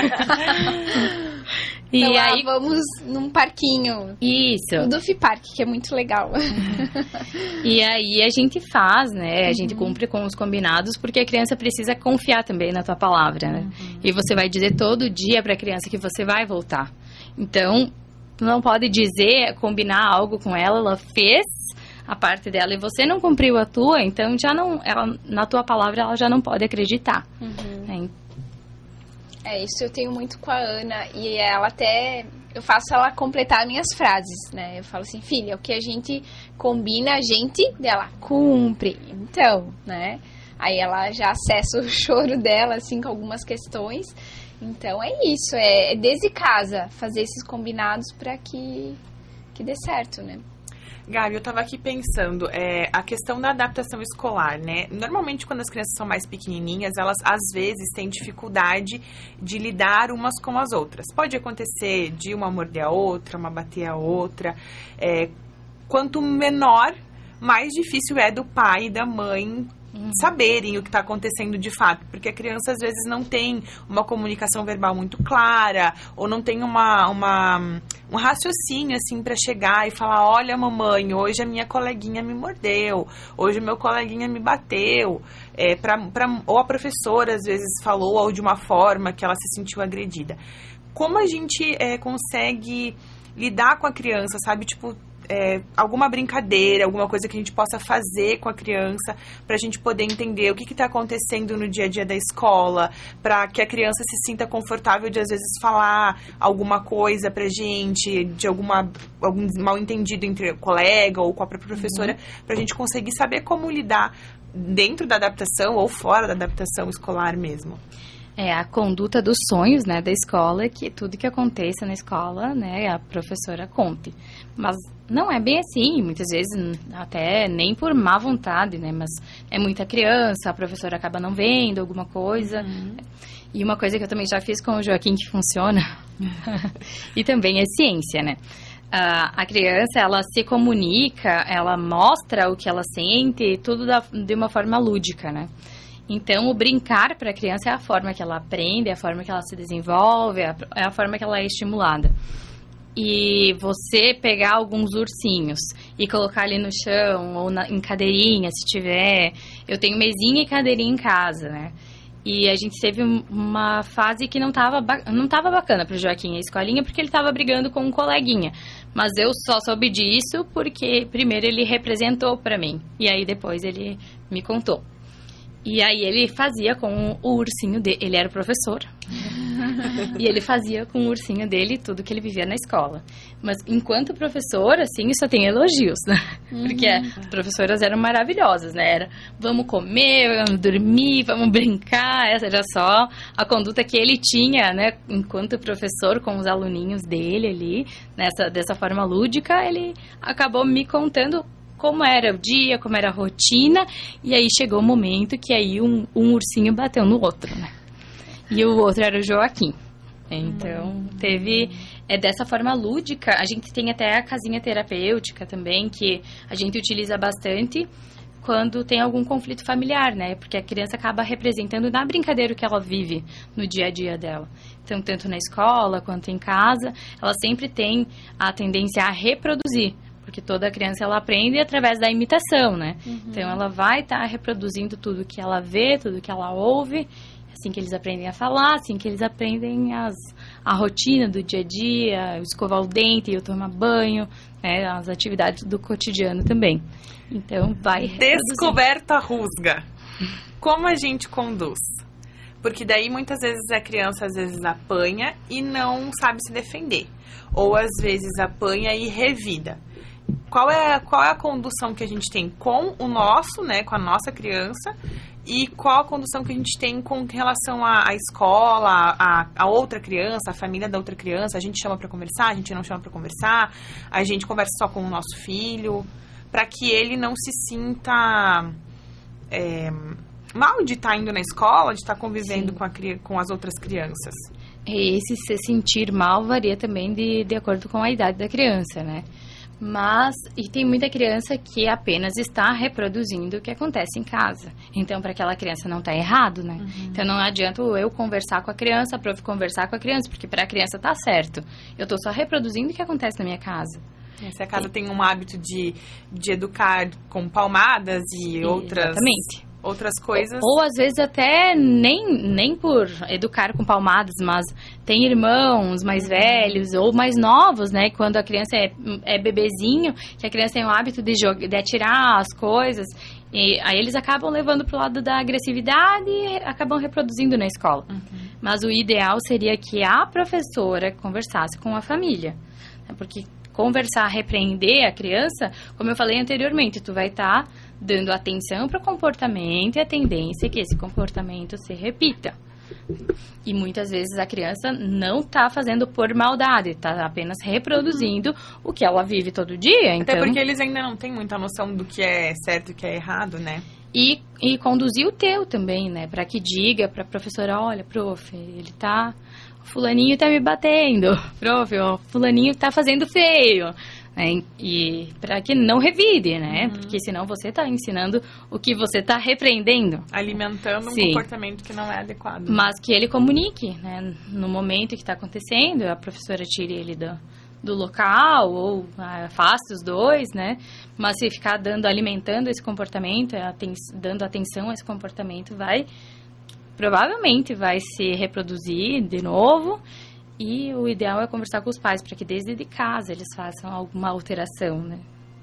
E então, aí vamos num parquinho. Isso. O Duffy Park, que é muito legal. E aí a gente faz, né? A gente cumpre com os combinados, porque a criança precisa confiar também na tua palavra, né? E você vai dizer todo dia pra criança que você vai voltar. Então, tu não pode dizer, combinar algo com ela, ela fez a parte dela e você não cumpriu a tua, então já não, na tua palavra ela já não pode acreditar. Isso eu tenho muito com a Ana, e ela até, eu faço ela completar minhas frases, né? Eu falo assim, filha, o que a gente combina, a gente dela cumpre, então, né? Aí ela já acessa o choro dela, assim, com algumas questões. Então é isso, é desde casa fazer esses combinados para que dê certo, né? Gabi, eu tava aqui pensando, a questão da adaptação escolar, né? Normalmente, quando as crianças são mais pequenininhas, elas, às vezes, têm dificuldade de lidar umas com as outras. Pode acontecer de uma morder a outra, uma bater a outra. Quanto menor, mais difícil é do pai e da mãe saberem o que está acontecendo de fato, porque a criança às vezes não tem uma comunicação verbal muito clara, ou não tem um raciocínio assim para chegar e falar, olha mamãe, hoje a minha coleguinha me mordeu, hoje o meu coleguinha me bateu, ou a professora às vezes falou ou de uma forma que ela se sentiu agredida. Como a gente consegue lidar com a criança, sabe, tipo, alguma brincadeira, alguma coisa que a gente possa fazer com a criança pra gente poder entender o que está acontecendo no dia a dia da escola, pra que a criança se sinta confortável de às vezes falar alguma coisa pra gente, de algum mal entendido entre o colega ou com a própria professora, pra gente conseguir saber como lidar dentro da adaptação ou fora da adaptação escolar mesmo. É a conduta dos sonhos, né, da escola, que tudo que aconteça na escola, né, a professora conte. Mas não é bem assim, muitas vezes até nem por má vontade, né, mas é muita criança, a professora acaba não vendo alguma coisa. E uma coisa que eu também já fiz com o Joaquim que funciona, e também é ciência, né. A criança, ela se comunica, ela mostra o que ela sente, tudo de uma forma lúdica, né. Então, o brincar para a criança é a forma que ela aprende, é a forma que ela se desenvolve, é a forma que ela é estimulada. E você pegar alguns ursinhos e colocar ali no chão ou em cadeirinha, se tiver. Eu tenho mesinha e cadeirinha em casa, né? E a gente teve uma fase que não tava bacana pro Joaquim, a escolinha, porque ele tava brigando com um coleguinha. Mas eu só soube disso porque primeiro ele representou para mim e aí depois ele me contou. E aí ele fazia com o ursinho dele, ele era professor, e ele fazia com o ursinho dele tudo que ele vivia na escola. Mas enquanto professor, assim, só tem elogios, né? Porque as professoras eram maravilhosas, né? Era, vamos comer, vamos dormir, vamos brincar, essa era só a conduta que ele tinha, né? Enquanto professor, com os aluninhos dele ali, dessa forma lúdica, ele acabou me contando como era o dia, como era a rotina, e aí chegou o momento que aí um ursinho bateu no outro, né? E o outro era o Joaquim. Então, teve... dessa forma lúdica, a gente tem até a casinha terapêutica também, que a gente utiliza bastante quando tem algum conflito familiar, né? Porque a criança acaba representando na brincadeira o que ela vive no dia a dia dela. Então, tanto na escola quanto em casa, ela sempre tem a tendência a reproduzir. Porque toda criança, ela aprende através da imitação, né? Então, ela vai estar reproduzindo tudo que ela vê, tudo que ela ouve. Assim que eles aprendem a falar, assim que eles aprendem a rotina do dia a dia, escovar o dente, tomar banho, né? As atividades do cotidiano também. Então, vai reproduzir. Descoberta rusga. Como a gente conduz? Porque daí, muitas vezes, a criança, às vezes, apanha e não sabe se defender. Ou, às vezes, apanha e revida. Qual é a condução que a gente tem com o nosso, né, com a nossa criança, e qual a condução que a gente tem com relação à escola, a outra criança, a família da outra criança? A gente chama para conversar, a gente não chama para conversar, a gente conversa só com o nosso filho, para que ele não se sinta mal de estar indo na escola, de estar convivendo com as outras crianças. Esse se sentir mal varia também de acordo com a idade da criança, né? Mas, e tem muita criança que apenas está reproduzindo o que acontece em casa. Então, para aquela criança não tá errado, né? Então, não adianta eu conversar com a criança, a prof conversar com a criança, porque para a criança tá certo. Eu tô só reproduzindo o que acontece na minha casa. Se a casa tem um hábito de educar com palmadas e outras coisas. Ou às vezes até nem por educar com palmadas, mas tem irmãos mais velhos ou mais novos, né? Quando a criança é bebezinho, que a criança tem o hábito de atirar as coisas. E aí eles acabam levando pro lado da agressividade e acabam reproduzindo na escola. Mas o ideal seria que a professora conversasse com a família. Porque conversar, repreender a criança, como eu falei anteriormente, tu vai estar dando atenção para o comportamento e a tendência é que esse comportamento se repita. E muitas vezes a criança não está fazendo por maldade, está apenas reproduzindo o que ela vive todo dia. Até porque eles ainda não têm muita noção do que é certo e o que é errado, né? E conduzir o teu também, né? Para que diga para a professora, olha, prof, fulaninho tá me batendo, prof, ó, fulaninho tá fazendo feio, né? E para que não revide, né? Porque senão você tá ensinando o que você tá repreendendo. Alimentando um comportamento que não é adequado. Mas que ele comunique, né? No momento que tá acontecendo, a professora tire ele do local ou afaste os dois, né? Mas se ficar alimentando esse comportamento, dando atenção a esse comportamento, provavelmente vai se reproduzir de novo, e o ideal é conversar com os pais para que desde de casa eles façam alguma alteração, né?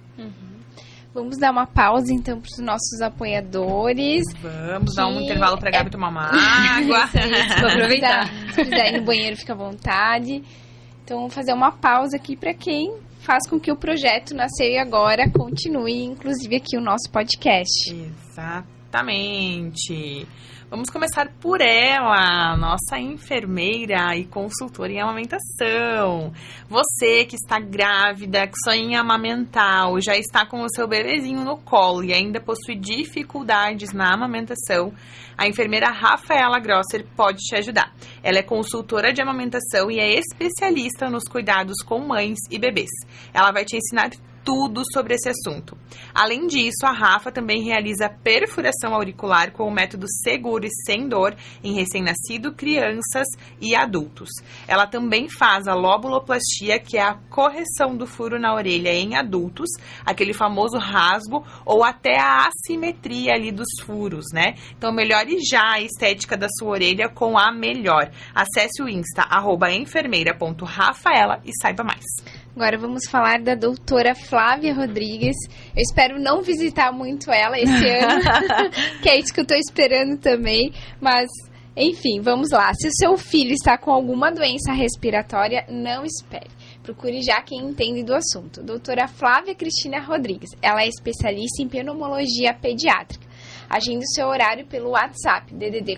Vamos dar uma pausa então para os nossos apoiadores. Vamos dar um intervalo para a Gabi tomar uma água. Vou aproveitar. Se quiser ir no banheiro, fica à vontade. Então vamos fazer uma pausa aqui para quem faz com que o projeto Nascer Agora continue, inclusive aqui o nosso podcast. Exato. Exatamente. Vamos começar por ela, nossa enfermeira e consultora em amamentação. Você que está grávida, que sonha em amamentar ou já está com o seu bebezinho no colo e ainda possui dificuldades na amamentação, a enfermeira Rafaela Grosser pode te ajudar. Ela é consultora de amamentação e é especialista nos cuidados com mães e bebês. Ela vai te ensinar tudo sobre esse assunto. Além disso, a Rafa também realiza perfuração auricular com o método seguro e sem dor em recém-nascido, crianças e adultos. Ela também faz a lobuloplastia, que é a correção do furo na orelha em adultos, aquele famoso rasgo ou até a assimetria ali dos furos, né? Então, melhore já a estética da sua orelha com a Melhor. Acesse o Insta, @enfermeira.rafaela e saiba mais. Agora vamos falar da doutora Flávia Rodrigues. Eu espero não visitar muito ela esse ano, que é isso que eu tô esperando também. Mas, enfim, vamos lá. Se o seu filho está com alguma doença respiratória, não espere. Procure já quem entende do assunto. Doutora Flávia Cristina Rodrigues. Ela é especialista em pneumologia pediátrica. Agende o seu horário pelo WhatsApp, DDD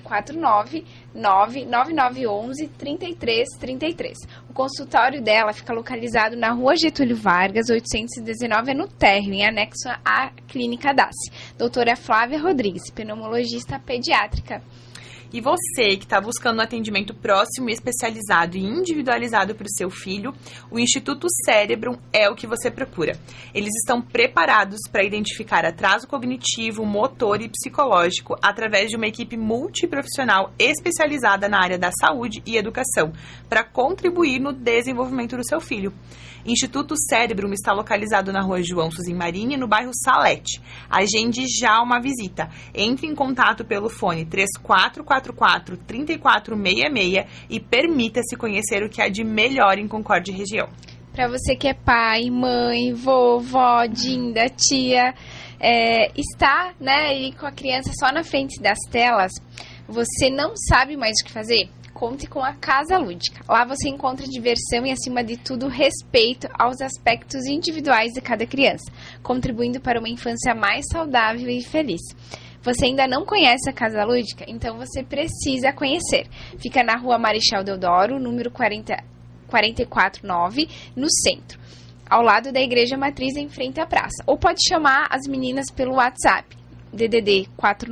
499-9911-3333. O consultório dela fica localizado na Rua Getúlio Vargas, 819, no térreo, em anexo à Clínica DASSE. Doutora Flávia Rodrigues, pneumologista pediátrica. E você que está buscando um atendimento próximo, especializado e individualizado para o seu filho, o Instituto Cérebrum é o que você procura. Eles estão preparados para identificar atraso cognitivo, motor e psicológico através de uma equipe multiprofissional especializada na área da saúde e educação, para contribuir no desenvolvimento do seu filho. Instituto Cérebrum está localizado na Rua João Suzin Marini, no bairro Salete. Agende já uma visita. Entre em contato pelo fone 3444-3466 e permita-se conhecer o que há de melhor em Concórdia região. Para você que é pai, mãe, vovó, dinda, tia, está, né, e com a criança só na frente das telas, você não sabe mais o que fazer? Conte com a Casa Lúdica. Lá você encontra diversão e, acima de tudo, respeito aos aspectos individuais de cada criança, contribuindo para uma infância mais saudável e feliz. Você ainda não conhece a Casa Lúdica? Então você precisa conhecer. Fica na Rua Marechal Deodoro, número 449, no centro, ao lado da Igreja Matriz, em frente à praça. Ou pode chamar as meninas pelo WhatsApp. DDD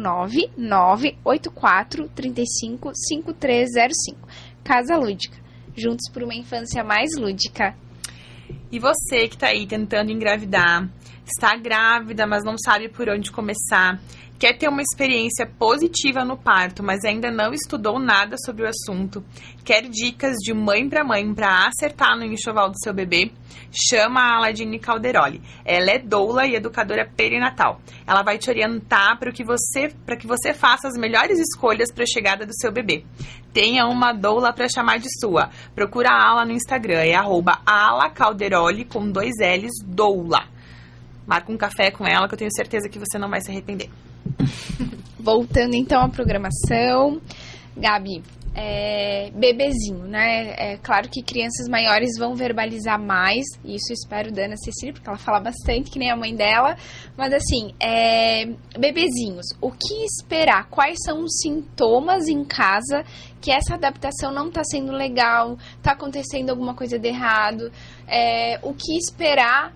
499-8435-5305. Casa Lúdica. Juntos por uma infância mais lúdica. E você que está aí tentando engravidar, está grávida, mas não sabe por onde começar, quer ter uma experiência positiva no parto, mas ainda não estudou nada sobre o assunto, quer dicas de mãe para acertar no enxoval do seu bebê, chama a Aladine Calderoli. Ela é doula e educadora perinatal. Ela vai te orientar para que você faça as melhores escolhas para a chegada do seu bebê. Tenha uma doula para chamar de sua. Procura a Ala no Instagram, é @alacalderoli com 2 L's, doula. Marca um café com ela que eu tenho certeza que você não vai se arrepender. Voltando então à programação, Gabi, bebezinho, né? É claro que crianças maiores vão verbalizar mais, e isso eu espero da Ana Cecília, porque ela fala bastante, que nem a mãe dela, mas assim, bebezinhos, o que esperar? Quais são os sintomas em casa que essa adaptação não está sendo legal, está acontecendo alguma coisa de errado, o que esperar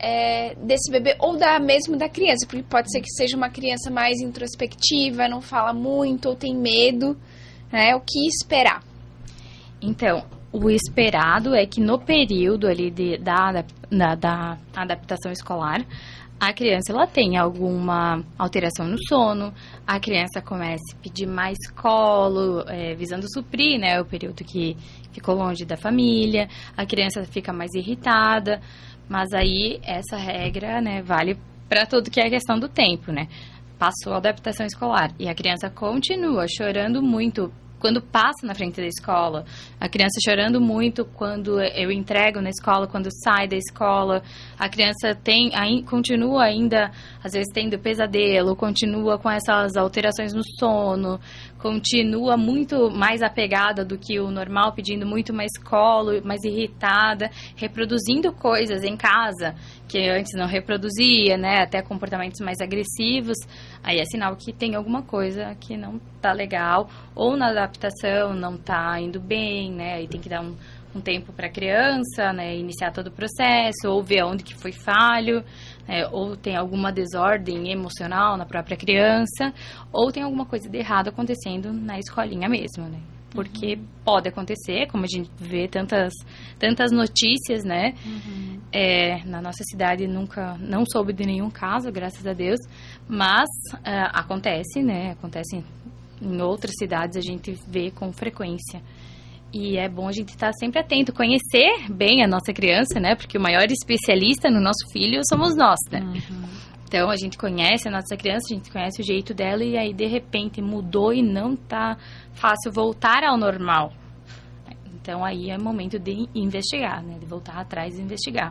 desse bebê ou mesmo da criança, porque pode ser que seja uma criança mais introspectiva, não fala muito ou tem medo, né? O que esperar? Então, o esperado é que no período ali da adaptação escolar, a criança ela tenha alguma alteração no sono, a criança comece a pedir mais colo, visando suprir, né, o período que ficou longe da família, a criança fica mais irritada. Mas aí, essa regra, né, vale para tudo que é a questão do tempo, né? Passou a adaptação escolar e a criança continua chorando muito quando passa na frente da escola. A criança chorando muito quando eu entrego na escola, quando sai da escola. A criança continua ainda, às vezes, tendo pesadelo, continua com essas alterações no sono, continua muito mais apegada do que o normal, pedindo muito mais colo, mais irritada, reproduzindo coisas em casa que antes não reproduzia, né, até comportamentos mais agressivos, aí é sinal que tem alguma coisa que não tá legal, ou na adaptação não tá indo bem, né, aí tem que dar um tempo para a criança, né, iniciar todo o processo, ou ver onde que foi falho, né, ou tem alguma desordem emocional na própria criança, ou tem alguma coisa de errado acontecendo na escolinha mesmo, né? Porque pode acontecer, como a gente vê tantas notícias, né? Na nossa cidade não soube de nenhum caso, graças a Deus, mas acontece, né? Acontece em outras cidades, a gente vê com frequência. E é bom a gente estar sempre atento, conhecer bem a nossa criança, né? Porque o maior especialista no nosso filho somos nós, né? Então, a gente conhece a nossa criança, a gente conhece o jeito dela e aí, de repente, mudou e não tá fácil voltar ao normal. Então, aí é momento de investigar, né? De voltar atrás e investigar.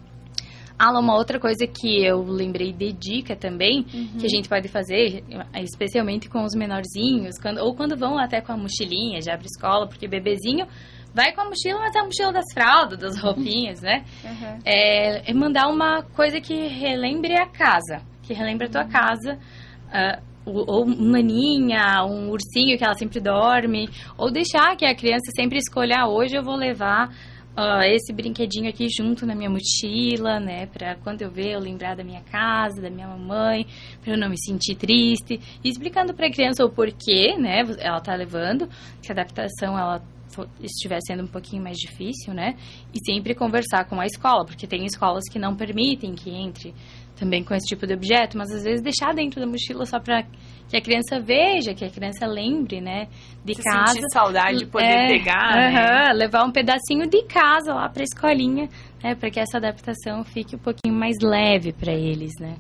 Uma outra coisa que eu lembrei de dica também, que a gente pode fazer, especialmente com os menorzinhos, quando vão até com a mochilinha já para escola, porque bebezinho vai com a mochila, mas é a mochila das fraldas, das roupinhas, né? É mandar uma coisa que relembre a casa, que relembre a tua casa, ou uma naninha, um ursinho que ela sempre dorme, ou deixar que a criança sempre escolha, hoje eu vou levar esse brinquedinho aqui junto na minha mochila, né, pra quando eu ver eu lembrar da minha casa, da minha mamãe, pra eu não me sentir triste, e explicando pra criança o porquê, né, ela tá levando, que a adaptação ela estiver sendo um pouquinho mais difícil, né, e sempre conversar com a escola, porque tem escolas que não permitem que entre também com esse tipo de objeto, mas às vezes deixar dentro da mochila só pra que a criança veja, que a criança lembre, né, de se casa. Sentir saudade de poder pegar, né? Levar um pedacinho de casa lá pra escolinha, né, pra que essa adaptação fique um pouquinho mais leve pra eles, né.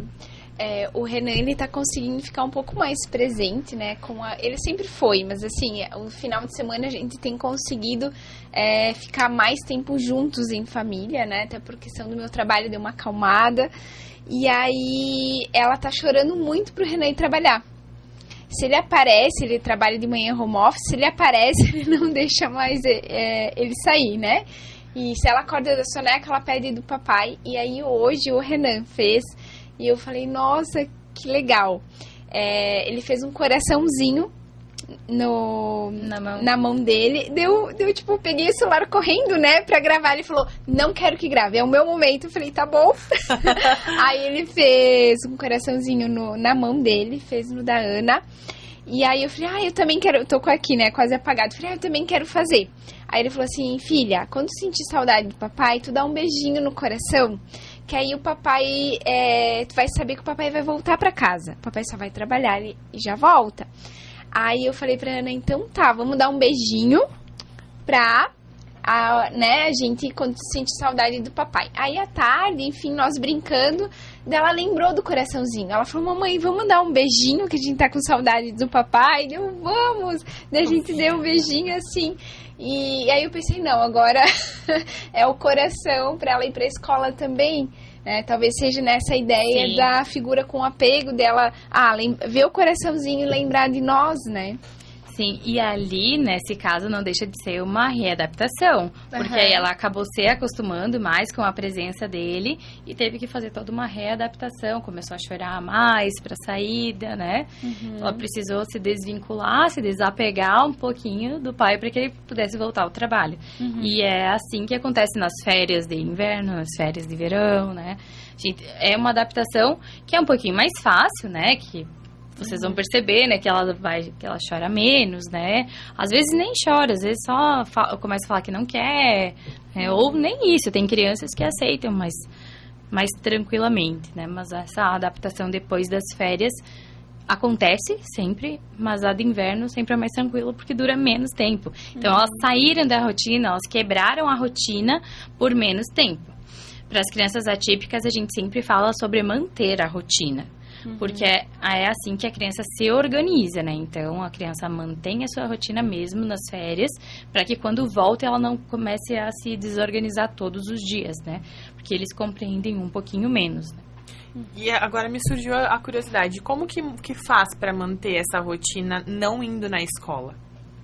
O Renan, ele tá conseguindo ficar um pouco mais presente, né, ele sempre foi, mas assim, o final de semana a gente tem conseguido ficar mais tempo juntos em família, né, até por questão do meu trabalho deu uma acalmada, e aí ela tá chorando muito pro Renan ir trabalhar. Se ele aparece, ele trabalha de manhã home office, se ele aparece, ele não deixa mais ele sair, né, e se ela acorda da soneca, ela pede do papai, e aí hoje o Renan fez. E eu falei, nossa, que legal. Ele fez um coraçãozinho na mão dele. Tipo, peguei o celular correndo, né, pra gravar. Ele falou, não quero que grave, é o meu momento. Eu falei, tá bom. Aí ele fez um coraçãozinho na mão dele, fez no da Ana. E aí eu falei, eu também quero, eu tô com aqui, né, quase apagado. Eu falei, eu também quero fazer. Aí ele falou assim, filha, quando sentir saudade do papai, tu dá um beijinho no coração, que aí o papai, tu vai saber que o papai vai voltar pra casa. O papai só vai trabalhar e já volta. Aí eu falei pra Ana, então tá, vamos dar um beijinho pra, né, a gente quando sente saudade do papai. Aí à tarde, enfim, nós brincando, ela lembrou do coraçãozinho. Ela falou, mamãe, vamos dar um beijinho, que a gente tá com saudade do papai. Eu, vamos! Daí a gente deu um beijinho assim. E aí eu pensei, não, agora é o coração pra ela ir pra escola também, né? Talvez seja nessa ideia Sim. da figura com apego dela, ver o coraçãozinho e lembrar de nós, né? Sim, e ali, nesse caso, não deixa de ser uma readaptação, porque aí ela acabou se acostumando mais com a presença dele e teve que fazer toda uma readaptação, começou a chorar mais pra saída, né? Ela precisou se desvincular, se desapegar um pouquinho do pai para que ele pudesse voltar ao trabalho. E é assim que acontece nas férias de inverno, nas férias de verão, né? É uma adaptação que é um pouquinho mais fácil, né? Que vocês vão perceber, né, que ela chora menos, né? Às vezes nem chora, às vezes só começa a falar que não quer, né? Ou nem isso, tem crianças que aceitam mais tranquilamente, né? Mas essa adaptação depois das férias acontece sempre, mas a de inverno sempre é mais tranquila porque dura menos tempo. Então, elas saíram da rotina, elas quebraram a rotina por menos tempo. Para as crianças atípicas, a gente sempre fala sobre manter a rotina. Porque é assim que a criança se organiza, né? Então, a criança mantém a sua rotina mesmo nas férias, para que quando volta ela não comece a se desorganizar todos os dias, né? Porque eles compreendem um pouquinho menos, né? E agora me surgiu a curiosidade, como que faz para manter essa rotina não indo na escola?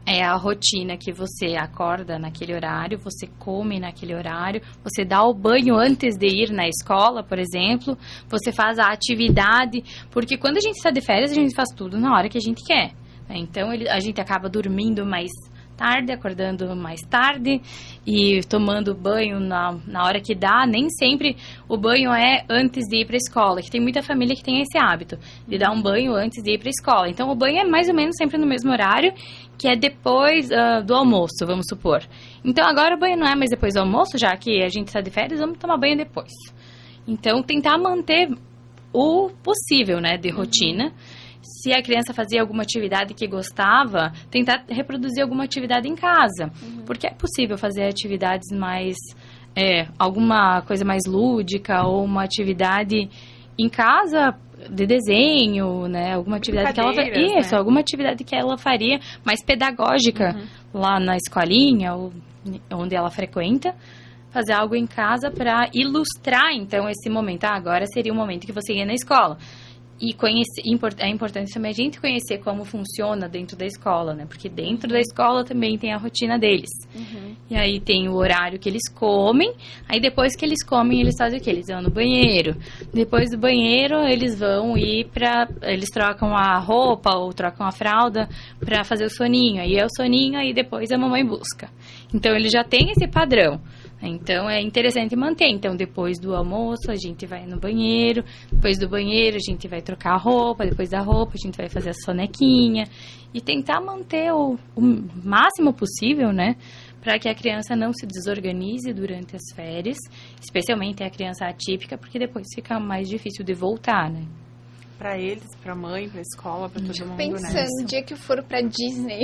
É a rotina que você acorda naquele horário, você come naquele horário, você dá o banho antes de ir na escola, por exemplo, você faz a atividade, porque quando a gente está de férias, a gente faz tudo na hora que a gente quer. Então, a gente acaba dormindo mais tarde, acordando mais tarde e tomando banho na hora que dá. Nem sempre o banho é antes de ir para a escola, que tem muita família que tem esse hábito de dar um banho antes de ir para a escola. Então, o banho é mais ou menos sempre no mesmo horário, que é depois do almoço, vamos supor. Então, agora o banho não é mais depois do almoço, já que a gente está de férias, vamos tomar banho depois. Então, tentar manter o possível, né, de rotina. Se a criança fazia alguma atividade que gostava, tentar reproduzir alguma atividade em casa. Porque é possível fazer atividades mais... alguma coisa mais lúdica ou uma atividade em casa de desenho, né? Alguma atividade que ela... Isso, né? Alguma atividade que ela faria mais pedagógica lá na escolinha ou onde ela frequenta. Fazer algo em casa para ilustrar, então, esse momento. Agora seria o momento que você ia na escola. E é importante também a gente conhecer como funciona dentro da escola, né? Porque dentro da escola também tem a rotina deles. E aí tem o horário que eles comem. Aí depois que eles comem, eles fazem o quê? Eles vão no banheiro. Depois do banheiro, eles vão eles trocam a roupa ou trocam a fralda pra fazer o soninho. Aí é o soninho, aí depois a mamãe busca. Então, ele já tem esse padrão. Então, é interessante manter. Então, depois do almoço, a gente vai no banheiro. Depois do banheiro, a gente vai trocar a roupa. Depois da roupa, a gente vai fazer a sonequinha. E tentar manter o máximo possível, né? Para que a criança não se desorganize durante as férias. Especialmente a criança atípica, porque depois fica mais difícil de voltar, né? Pra eles, pra mãe, pra escola, pra todo mundo, Pensando, né? no dia que eu for pra Disney...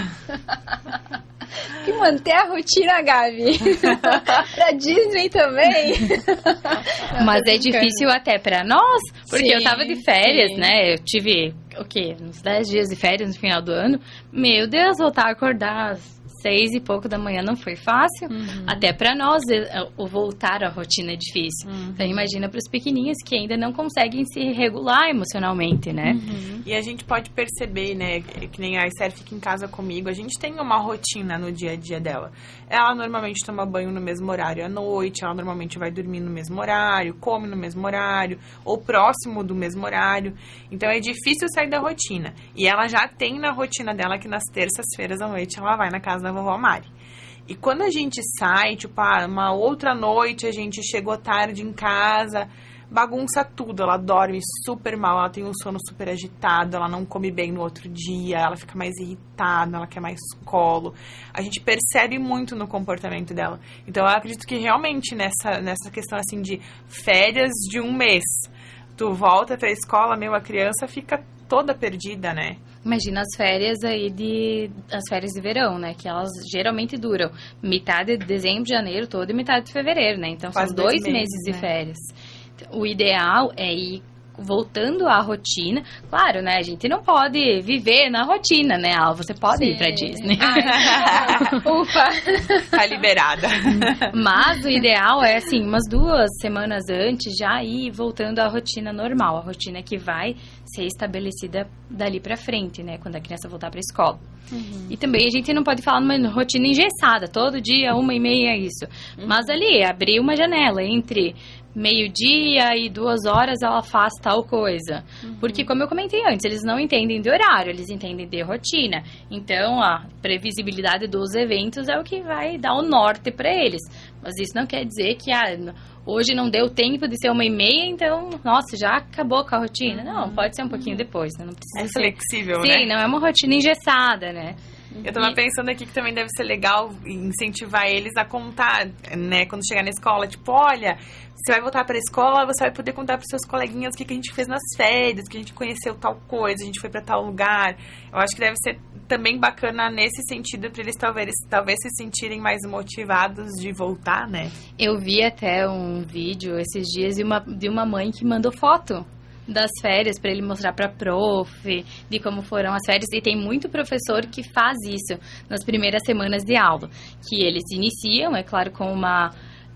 que manter a rotina, Gabi. Pra Disney também. Mas é difícil até pra nós, porque eu tava de férias, sim. né? Eu tive, uns 10 dias de férias no final do ano. Meu Deus, voltar a acordar às 6 e pouco da manhã não foi fácil. Até pra nós, o voltar à rotina é difícil. Então, imagina pros pequenininhos que ainda não conseguem se regular emocionalmente, né? E a gente pode perceber, né, que nem a Esther fica em casa comigo, a gente tem uma rotina no dia a dia dela. Ela normalmente toma banho no mesmo horário à noite, ela normalmente vai dormir no mesmo horário, come no mesmo horário, ou próximo do mesmo horário. Então, é difícil sair da rotina. E ela já tem na rotina dela que nas terças-feiras à noite ela vai na casa da vovó Mari. E quando a gente sai, tipo, uma outra noite, a gente chegou tarde em casa, bagunça tudo, ela dorme super mal, ela tem um sono super agitado, ela não come bem no outro dia, ela fica mais irritada, ela quer mais colo. A gente percebe muito no comportamento dela. Então, eu acredito que realmente nessa questão, assim, de férias de um mês, tu volta pra escola, a criança fica toda perdida, né? Imagina as férias as férias de verão, né? Que elas geralmente duram metade de dezembro, janeiro todo e metade de fevereiro, né? Então, Quase são 2 meses, meses de né? férias. O ideal é ir voltando à rotina. Claro, né? A gente não pode viver na rotina, né? Você pode ir pra Disney. Ufa! Tá liberada. Mas o ideal é, assim, umas 2 semanas antes já ir voltando à rotina normal. A rotina que vai ser estabelecida dali pra frente, né? Quando a criança voltar pra escola. E também a gente não pode falar numa rotina engessada. Todo dia, 1h30, isso. Mas ali, abrir uma janela entre meio-dia e 2 horas ela faz tal coisa. Porque, como eu comentei antes, eles não entendem de horário, eles entendem de rotina. Então, a previsibilidade dos eventos é o que vai dar o norte para eles. Mas isso não quer dizer que hoje não deu tempo de ser 1h30, então, nossa, já acabou com a rotina. Não, pode ser um pouquinho depois, né? Não precisa É ser flexível, Sim, né? não é uma rotina engessada, né? Eu tava pensando aqui que também deve ser legal incentivar eles a contar, né? Quando chegar na escola, tipo, olha, você vai voltar pra escola, você vai poder contar pros seus coleguinhas o que a gente fez nas férias, que a gente conheceu tal coisa, a gente foi pra tal lugar. Eu acho que deve ser também bacana nesse sentido pra eles talvez se sentirem mais motivados de voltar, né? Eu vi até um vídeo esses dias de uma mãe que mandou foto das férias para ele mostrar para prof, de como foram as férias, e tem muito professor que faz isso nas primeiras semanas de aula, que eles iniciam, é claro, com uma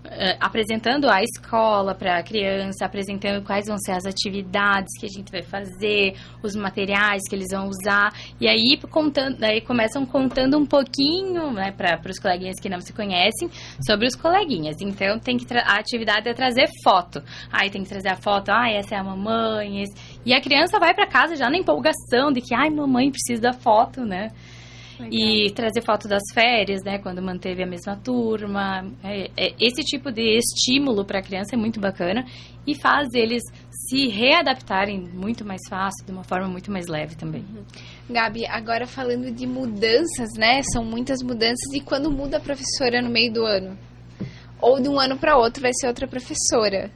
apresentando a escola para a criança, apresentando quais vão ser as atividades que a gente vai fazer, os materiais que eles vão usar, e aí começam contando um pouquinho, né, para os coleguinhas que não se conhecem, sobre os coleguinhas. Então, a atividade é trazer foto. Aí tem que trazer a foto, essa é a mamãe, e a criança vai para casa já na empolgação de que, mamãe precisa da foto, né? Legal. E trazer foto das férias, né, quando manteve a mesma turma. Esse tipo de estímulo para a criança é muito bacana e faz eles se readaptarem muito mais fácil, de uma forma muito mais leve também. Gabi, agora falando de mudanças, né, são muitas mudanças, e quando muda a professora no meio do ano? Ou de um ano para outro vai ser outra professora?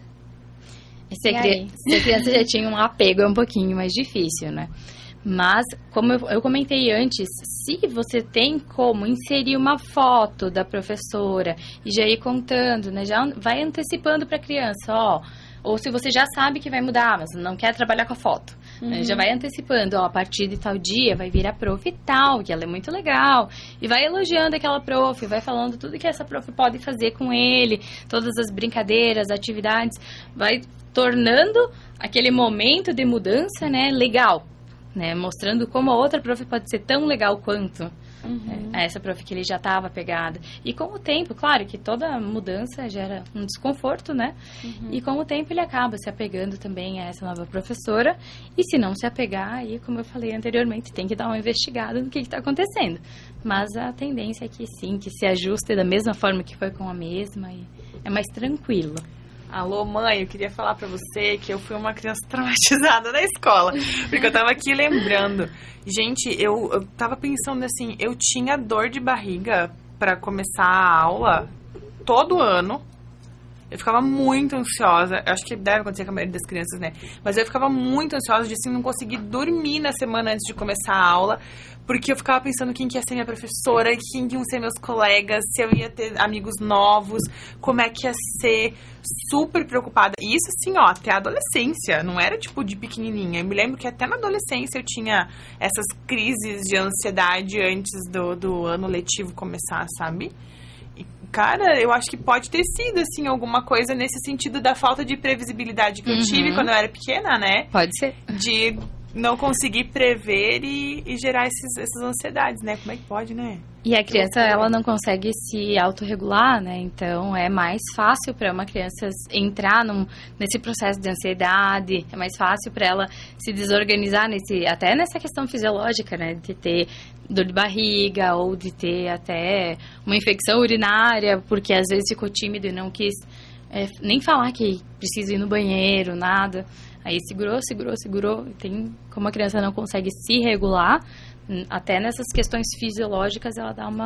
Se a criança já tinha um apego, é um pouquinho mais difícil, né? Mas, como eu comentei antes, se você tem como inserir uma foto da professora e já ir contando, né, já vai antecipando para a criança, ou se você já sabe que vai mudar, mas não quer trabalhar com a foto, né, já vai antecipando, a partir de tal dia vai vir a prof tal, que ela é muito legal, e vai elogiando aquela prof, vai falando tudo que essa prof pode fazer com ele, todas as brincadeiras, atividades, vai tornando aquele momento de mudança, né, legal. Né, mostrando como a outra prof pode ser tão legal quanto essa prof que ele já estava pegado. E com o tempo, claro que toda mudança gera um desconforto, né? E com o tempo ele acaba se apegando também a essa nova professora. E se não se apegar, aí, como eu falei anteriormente, tem que dar uma investigada no que está acontecendo. Mas a tendência é que sim, que se ajuste da mesma forma que foi com a mesma, e é mais tranquilo. Alô, mãe, eu queria falar pra você que eu fui uma criança traumatizada na escola. Porque eu tava aqui lembrando. Gente, eu tava pensando assim, eu tinha dor de barriga pra começar a aula todo ano. Eu ficava muito ansiosa. Eu acho que deve acontecer com a maioria das crianças, né? Mas eu ficava muito ansiosa de, assim, não conseguir dormir na semana antes de começar a aula. Porque eu ficava pensando quem que ia ser minha professora, quem iam ser meus colegas, se eu ia ter amigos novos, como é que ia ser. Super preocupada. E isso, assim, até a adolescência. Não era, tipo, de pequenininha. Eu me lembro que até na adolescência eu tinha essas crises de ansiedade antes do ano letivo começar, sabe? E, cara, eu acho que pode ter sido, assim, alguma coisa nesse sentido da falta de previsibilidade que eu tive quando eu era pequena, né? Pode ser. De não conseguir prever e gerar essas ansiedades, né? Como é que pode, né? E a criança, ela não consegue se autorregular, né? Então, é mais fácil para uma criança entrar nesse processo de ansiedade. É mais fácil para ela se desorganizar até nessa questão fisiológica, né? De ter dor de barriga ou de ter até uma infecção urinária, porque às vezes ficou tímido e não quis nem falar que precisa ir no banheiro, nada. Aí segurou. Tem, como a criança não consegue se regular, até nessas questões fisiológicas ela dá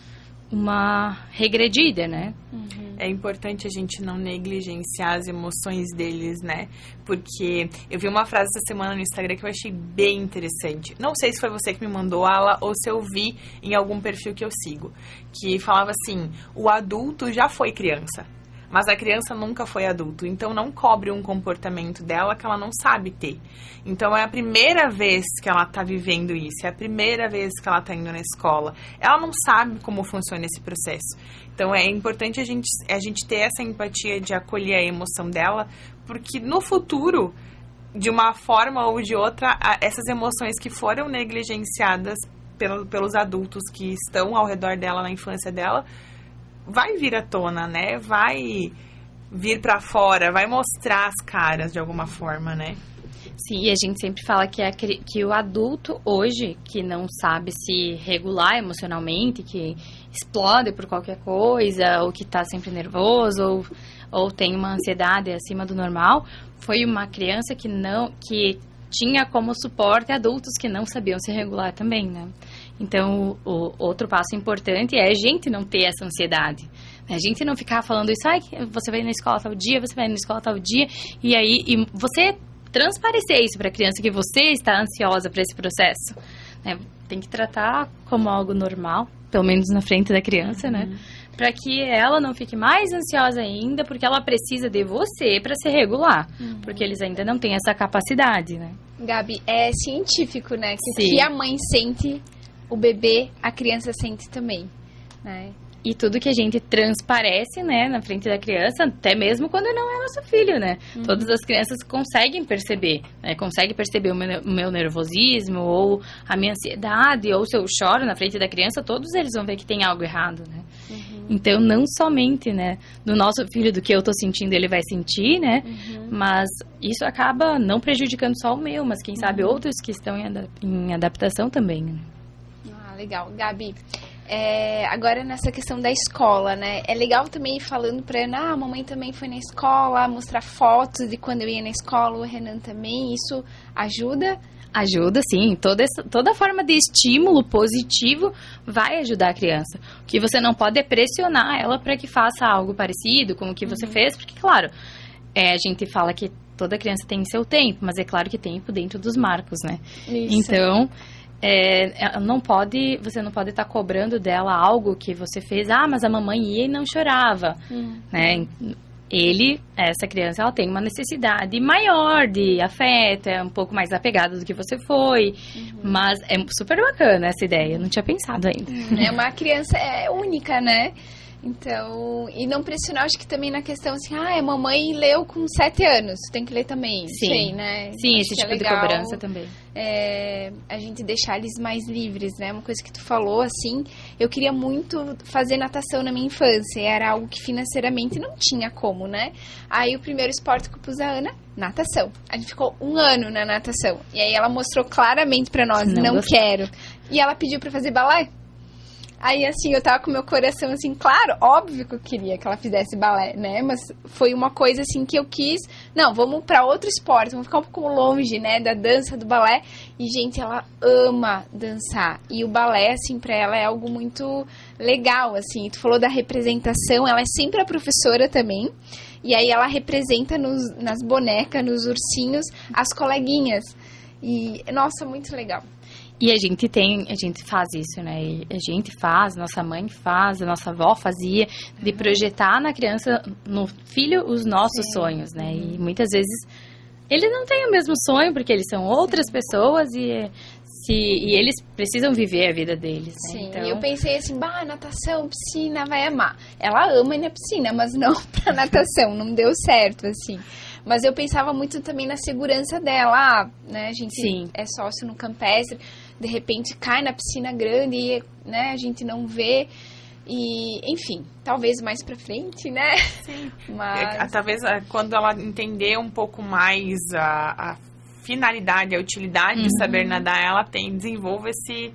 uma regredida, né? É importante a gente não negligenciar as emoções deles, né? Porque eu vi uma frase essa semana no Instagram que eu achei bem interessante. Não sei se foi você que me mandou ela ou se eu vi em algum perfil que eu sigo. Que falava assim, o adulto já foi criança, mas a criança nunca foi adulto, então não cobre um comportamento dela que ela não sabe ter. Então é a primeira vez que ela tá vivendo isso, é a primeira vez que ela tá indo na escola. Ela não sabe como funciona esse processo. Então é importante a gente ter essa empatia de acolher a emoção dela, porque no futuro, de uma forma ou de outra, essas emoções que foram negligenciadas pelos adultos que estão ao redor dela na infância dela, vai vir à tona, né? Vai vir pra fora, vai mostrar as caras de alguma forma, né? Sim, e a gente sempre fala que o adulto hoje, que não sabe se regular emocionalmente, que explode por qualquer coisa, ou que tá sempre nervoso, ou tem uma ansiedade acima do normal, foi uma criança que tinha como suporte adultos que não sabiam se regular também, né? Então, o outro passo importante é a gente não ter essa ansiedade. A gente não ficar falando isso, você vai na escola tal dia, você vai na escola tal dia, e você transparecer isso para a criança, que você está ansiosa para esse processo. Né? Tem que tratar como algo normal, pelo menos na frente da criança, né? Para que ela não fique mais ansiosa ainda, porque ela precisa de você para se regular, porque eles ainda não têm essa capacidade, né? Gabi, é científico, né? Que Sim. o que a mãe sente, o bebê, a criança sente também, né? E tudo que a gente transparece, né, na frente da criança, até mesmo quando não é nosso filho, né? Todas as crianças conseguem perceber, né? Conseguem perceber o meu nervosismo, ou a minha ansiedade, ou se eu choro na frente da criança, todos eles vão ver que tem algo errado, né? Então, não somente, né, do nosso filho, do que eu tô sentindo, ele vai sentir, né? Mas isso acaba não prejudicando só o meu, mas quem sabe outros que estão em adaptação também, né? Ah, legal. Gabi, agora nessa questão da escola, né? É legal também ir falando pra Ana, a mamãe também foi na escola, mostrar fotos de quando eu ia na escola, o Renan também, isso ajuda? Ajuda, sim. Toda forma de estímulo positivo vai ajudar a criança. O que você não pode é pressionar ela para que faça algo parecido com o que você fez, porque, claro, a gente fala que toda criança tem seu tempo, mas é claro que tempo dentro dos marcos, né? Isso. Então, você não pode estar cobrando dela algo que você fez, mas a mamãe ia e não chorava, né? Essa criança, ela tem uma necessidade maior de afeto, é um pouco mais apegada do que você foi, mas é super bacana essa ideia, eu não tinha pensado ainda. É uma criança única, né? Então, e não pressionar, acho que também na questão assim, a mamãe leu com 7 anos, tem que ler também, sei, né? Sim, acho esse tipo de legal, cobrança também. A gente deixar eles mais livres, né? Uma coisa que tu falou, assim, eu queria muito fazer natação na minha infância, era algo que financeiramente não tinha como, né? Aí o primeiro esporte que eu pus a Ana, natação. A gente ficou 1 ano na natação, e aí ela mostrou claramente pra nós, não quero. E ela pediu pra fazer balé. Aí, assim, eu tava com meu coração, assim, claro, óbvio que eu queria que ela fizesse balé, né? Mas foi uma coisa, assim, que eu quis... Não, vamos pra outro esporte, vamos ficar um pouco longe, né? Da dança, do balé. E, gente, ela ama dançar. E o balé, assim, pra ela é algo muito legal, assim. Tu falou da representação, ela é sempre a professora também. E aí ela representa nas bonecas, nos ursinhos, as coleguinhas. E, nossa, muito legal. E a gente faz isso, né? E a gente faz, nossa mãe faz, a nossa avó fazia, de projetar na criança, no filho, os nossos sonhos, né? E muitas vezes eles não têm o mesmo sonho, porque eles são outras pessoas e eles precisam viver a vida deles, né? Sim, então... e eu pensei assim, natação, piscina, vai amar. Ela ama ir na piscina, mas não pra natação, não deu certo, assim. Mas eu pensava muito também na segurança dela, né? A gente é sócio no campestre, de repente cai na piscina grande e, né, a gente não vê. E, enfim, talvez mais pra frente, né? Sim. Mas... Talvez quando ela entender um pouco mais a finalidade, a utilidade de saber nadar, ela desenvolve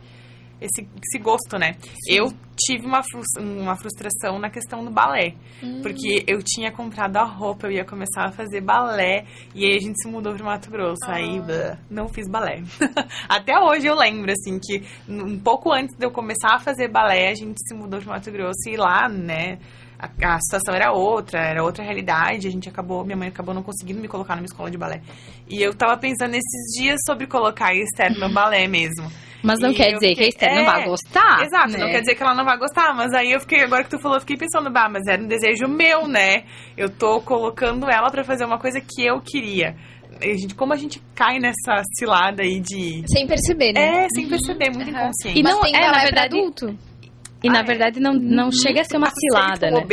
esse gosto, né? Sim. Eu tive uma frustração na questão do balé, porque eu tinha comprado a roupa, eu ia começar a fazer balé, e aí a gente se mudou pro Mato Grosso, aí não fiz balé. Até hoje eu lembro, assim, que um pouco antes de eu começar a fazer balé, a gente se mudou pro Mato Grosso, e lá, né, a situação era outra realidade, minha mãe acabou não conseguindo me colocar numa escola de balé. E eu tava pensando nesses dias sobre colocar a Esther no balé mesmo. Mas não quer dizer que a Esther não vai gostar. Exato, né? Não quer dizer que ela não vai gostar. Mas aí agora que tu falou, eu fiquei pensando, mas era um desejo meu, né? Eu tô colocando ela pra fazer uma coisa que eu queria. Como a gente cai nessa cilada aí de... Sem perceber, né? Sem perceber, muito inconsciente. E não tem balé na verdade, adulto? E na verdade não chega a ser uma cilada, né?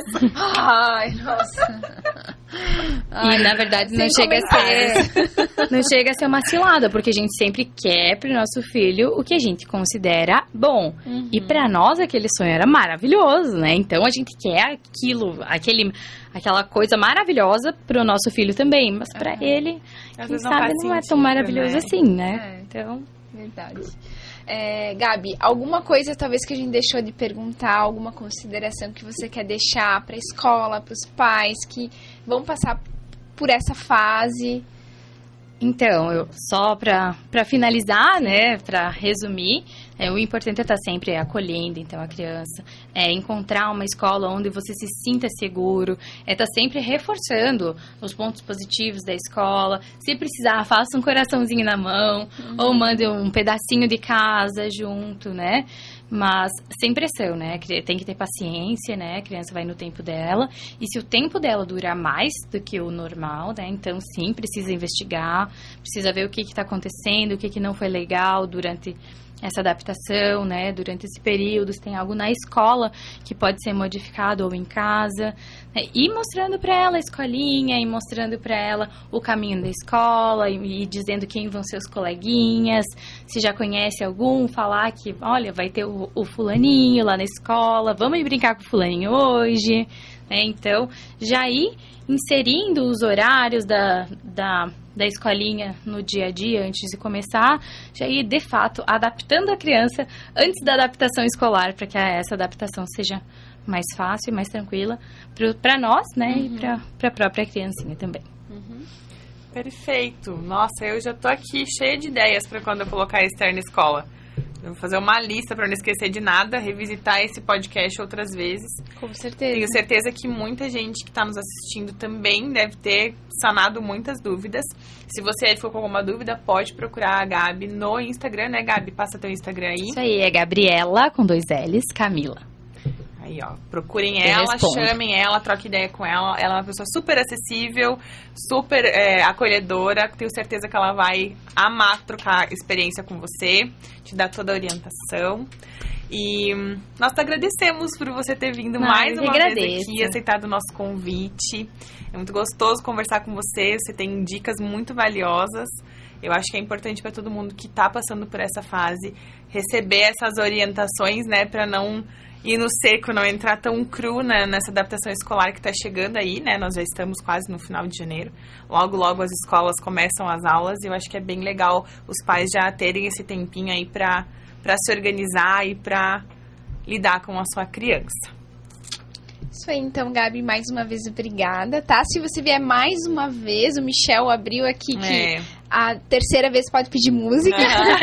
Ai, nossa. E na verdade não chega a ser uma cilada, porque a gente sempre quer pro nosso filho o que a gente considera bom. E pra nós aquele sonho era maravilhoso, né? Então a gente quer aquela coisa maravilhosa pro nosso filho também, mas pra ele, quem sabe não é tão maravilhoso assim, né? Então, verdade. Gabi, alguma coisa talvez que a gente deixou de perguntar, alguma consideração que você quer deixar para a escola, para os pais que vão passar por essa fase? Então, só para finalizar, né, para resumir, o importante é estar sempre acolhendo, então, a criança, encontrar uma escola onde você se sinta seguro, estar sempre reforçando os pontos positivos da escola. Se precisar, faça um coraçãozinho na mão, ou mande um pedacinho de casa junto, né? Mas sem pressão, né? Tem que ter paciência, né? A criança vai no tempo dela. E se o tempo dela durar mais do que o normal, né? Então, sim, precisa investigar, precisa ver o que está acontecendo, o que não foi legal durante essa adaptação, né, durante esse período, se tem algo na escola que pode ser modificado ou em casa, né, e mostrando para ela a escolinha, e mostrando para ela o caminho da escola, e dizendo quem vão ser os coleguinhas, se já conhece algum, falar que, olha, vai ter o fulaninho lá na escola, vamos ir brincar com o fulaninho hoje, né, então, já ir inserindo os horários da escolinha no dia a dia, antes de começar, já ir, de fato, adaptando a criança antes da adaptação escolar, para que essa adaptação seja mais fácil e mais tranquila para nós, né, e para a própria criancinha também. Perfeito. Nossa, eu já tô aqui cheia de ideias para quando eu colocar a Esther na escola. Eu vou fazer uma lista para não esquecer de nada, revisitar esse podcast outras vezes. Com certeza. Tenho certeza que muita gente que está nos assistindo também deve ter sanado muitas dúvidas. Se você ficou com alguma dúvida, pode procurar a Gabi no Instagram, né, Gabi? Passa teu Instagram aí. Isso aí, é Gabriela, com 2 L's, Camila. Aí, ó, procurem ela, chamem ela, troquem ideia com ela. Ela é uma pessoa super acessível, super acolhedora. Tenho certeza que ela vai amar trocar experiência com você, te dar toda a orientação. E nós te agradecemos por você ter vindo mais uma vez aqui, aceitado o nosso convite. É muito gostoso conversar com você, você tem dicas muito valiosas. Eu acho que é importante para todo mundo que está passando por essa fase receber essas orientações, né, para não ir no seco, não entrar tão cru, né, nessa adaptação escolar que está chegando aí, né? Nós já estamos quase no final de janeiro. Logo, logo as escolas começam as aulas e eu acho que é bem legal os pais já terem esse tempinho aí para se organizar e para lidar com a sua criança. Isso aí, então, Gabi, mais uma vez, obrigada, tá? Se você vier mais uma vez, o Michel abriu aqui que a terceira vez pode pedir música.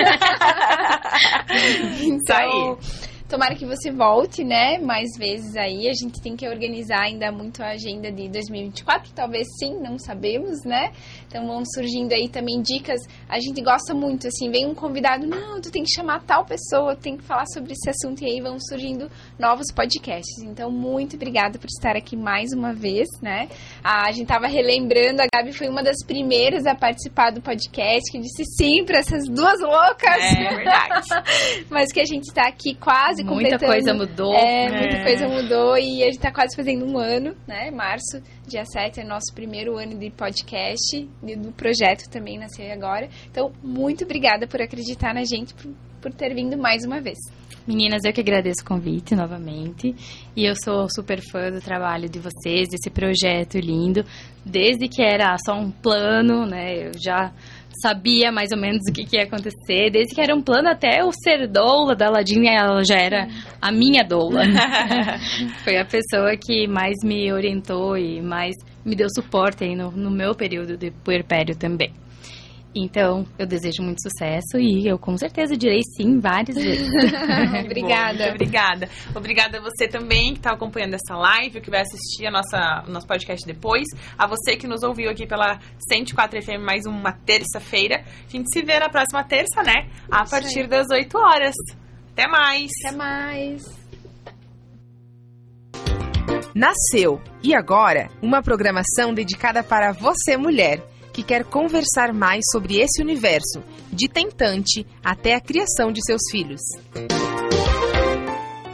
Então, tomara que você volte, né, mais vezes aí. A gente tem que organizar ainda muito a agenda de 2024, talvez sim, não sabemos, né? Então vão surgindo aí também dicas. A gente gosta muito, assim, vem um convidado, não, tu tem que chamar tal pessoa, tem que falar sobre esse assunto, e aí vão surgindo novos podcasts. Então, muito obrigada por estar aqui mais uma vez, né? A gente tava relembrando, a Gabi foi uma das primeiras a participar do podcast, que disse sim para essas duas loucas. É verdade. Mas que a gente tá aqui quase muita coisa mudou. Muita coisa mudou e a gente tá quase fazendo um ano, né? Março, dia 7, é nosso primeiro ano de podcast, do projeto também nasceu agora. Então, muito obrigada por acreditar na gente, por ter vindo mais uma vez. Meninas, eu que agradeço o convite novamente. E eu sou super fã do trabalho de vocês, desse projeto lindo. Desde que era só um plano, né? Eu já sabia mais ou menos o que ia acontecer. Desde que era um plano, até o ser doula da Ladinha, ela já era a minha doula. Foi a pessoa que mais me orientou e mais me deu suporte aí no meu período de puerpério também. Então, eu desejo muito sucesso e eu com certeza direi sim várias vezes. Obrigada. Muito obrigada. Obrigada a você também que está acompanhando essa live, que vai assistir o nosso podcast depois. A você que nos ouviu aqui pela 104 FM mais uma terça-feira. A gente se vê na próxima terça, né? A partir das 8 horas. Até mais. Até mais. Nasceu. E agora, uma programação dedicada para você, mulher, que quer conversar mais sobre esse universo, de tentante até a criação de seus filhos.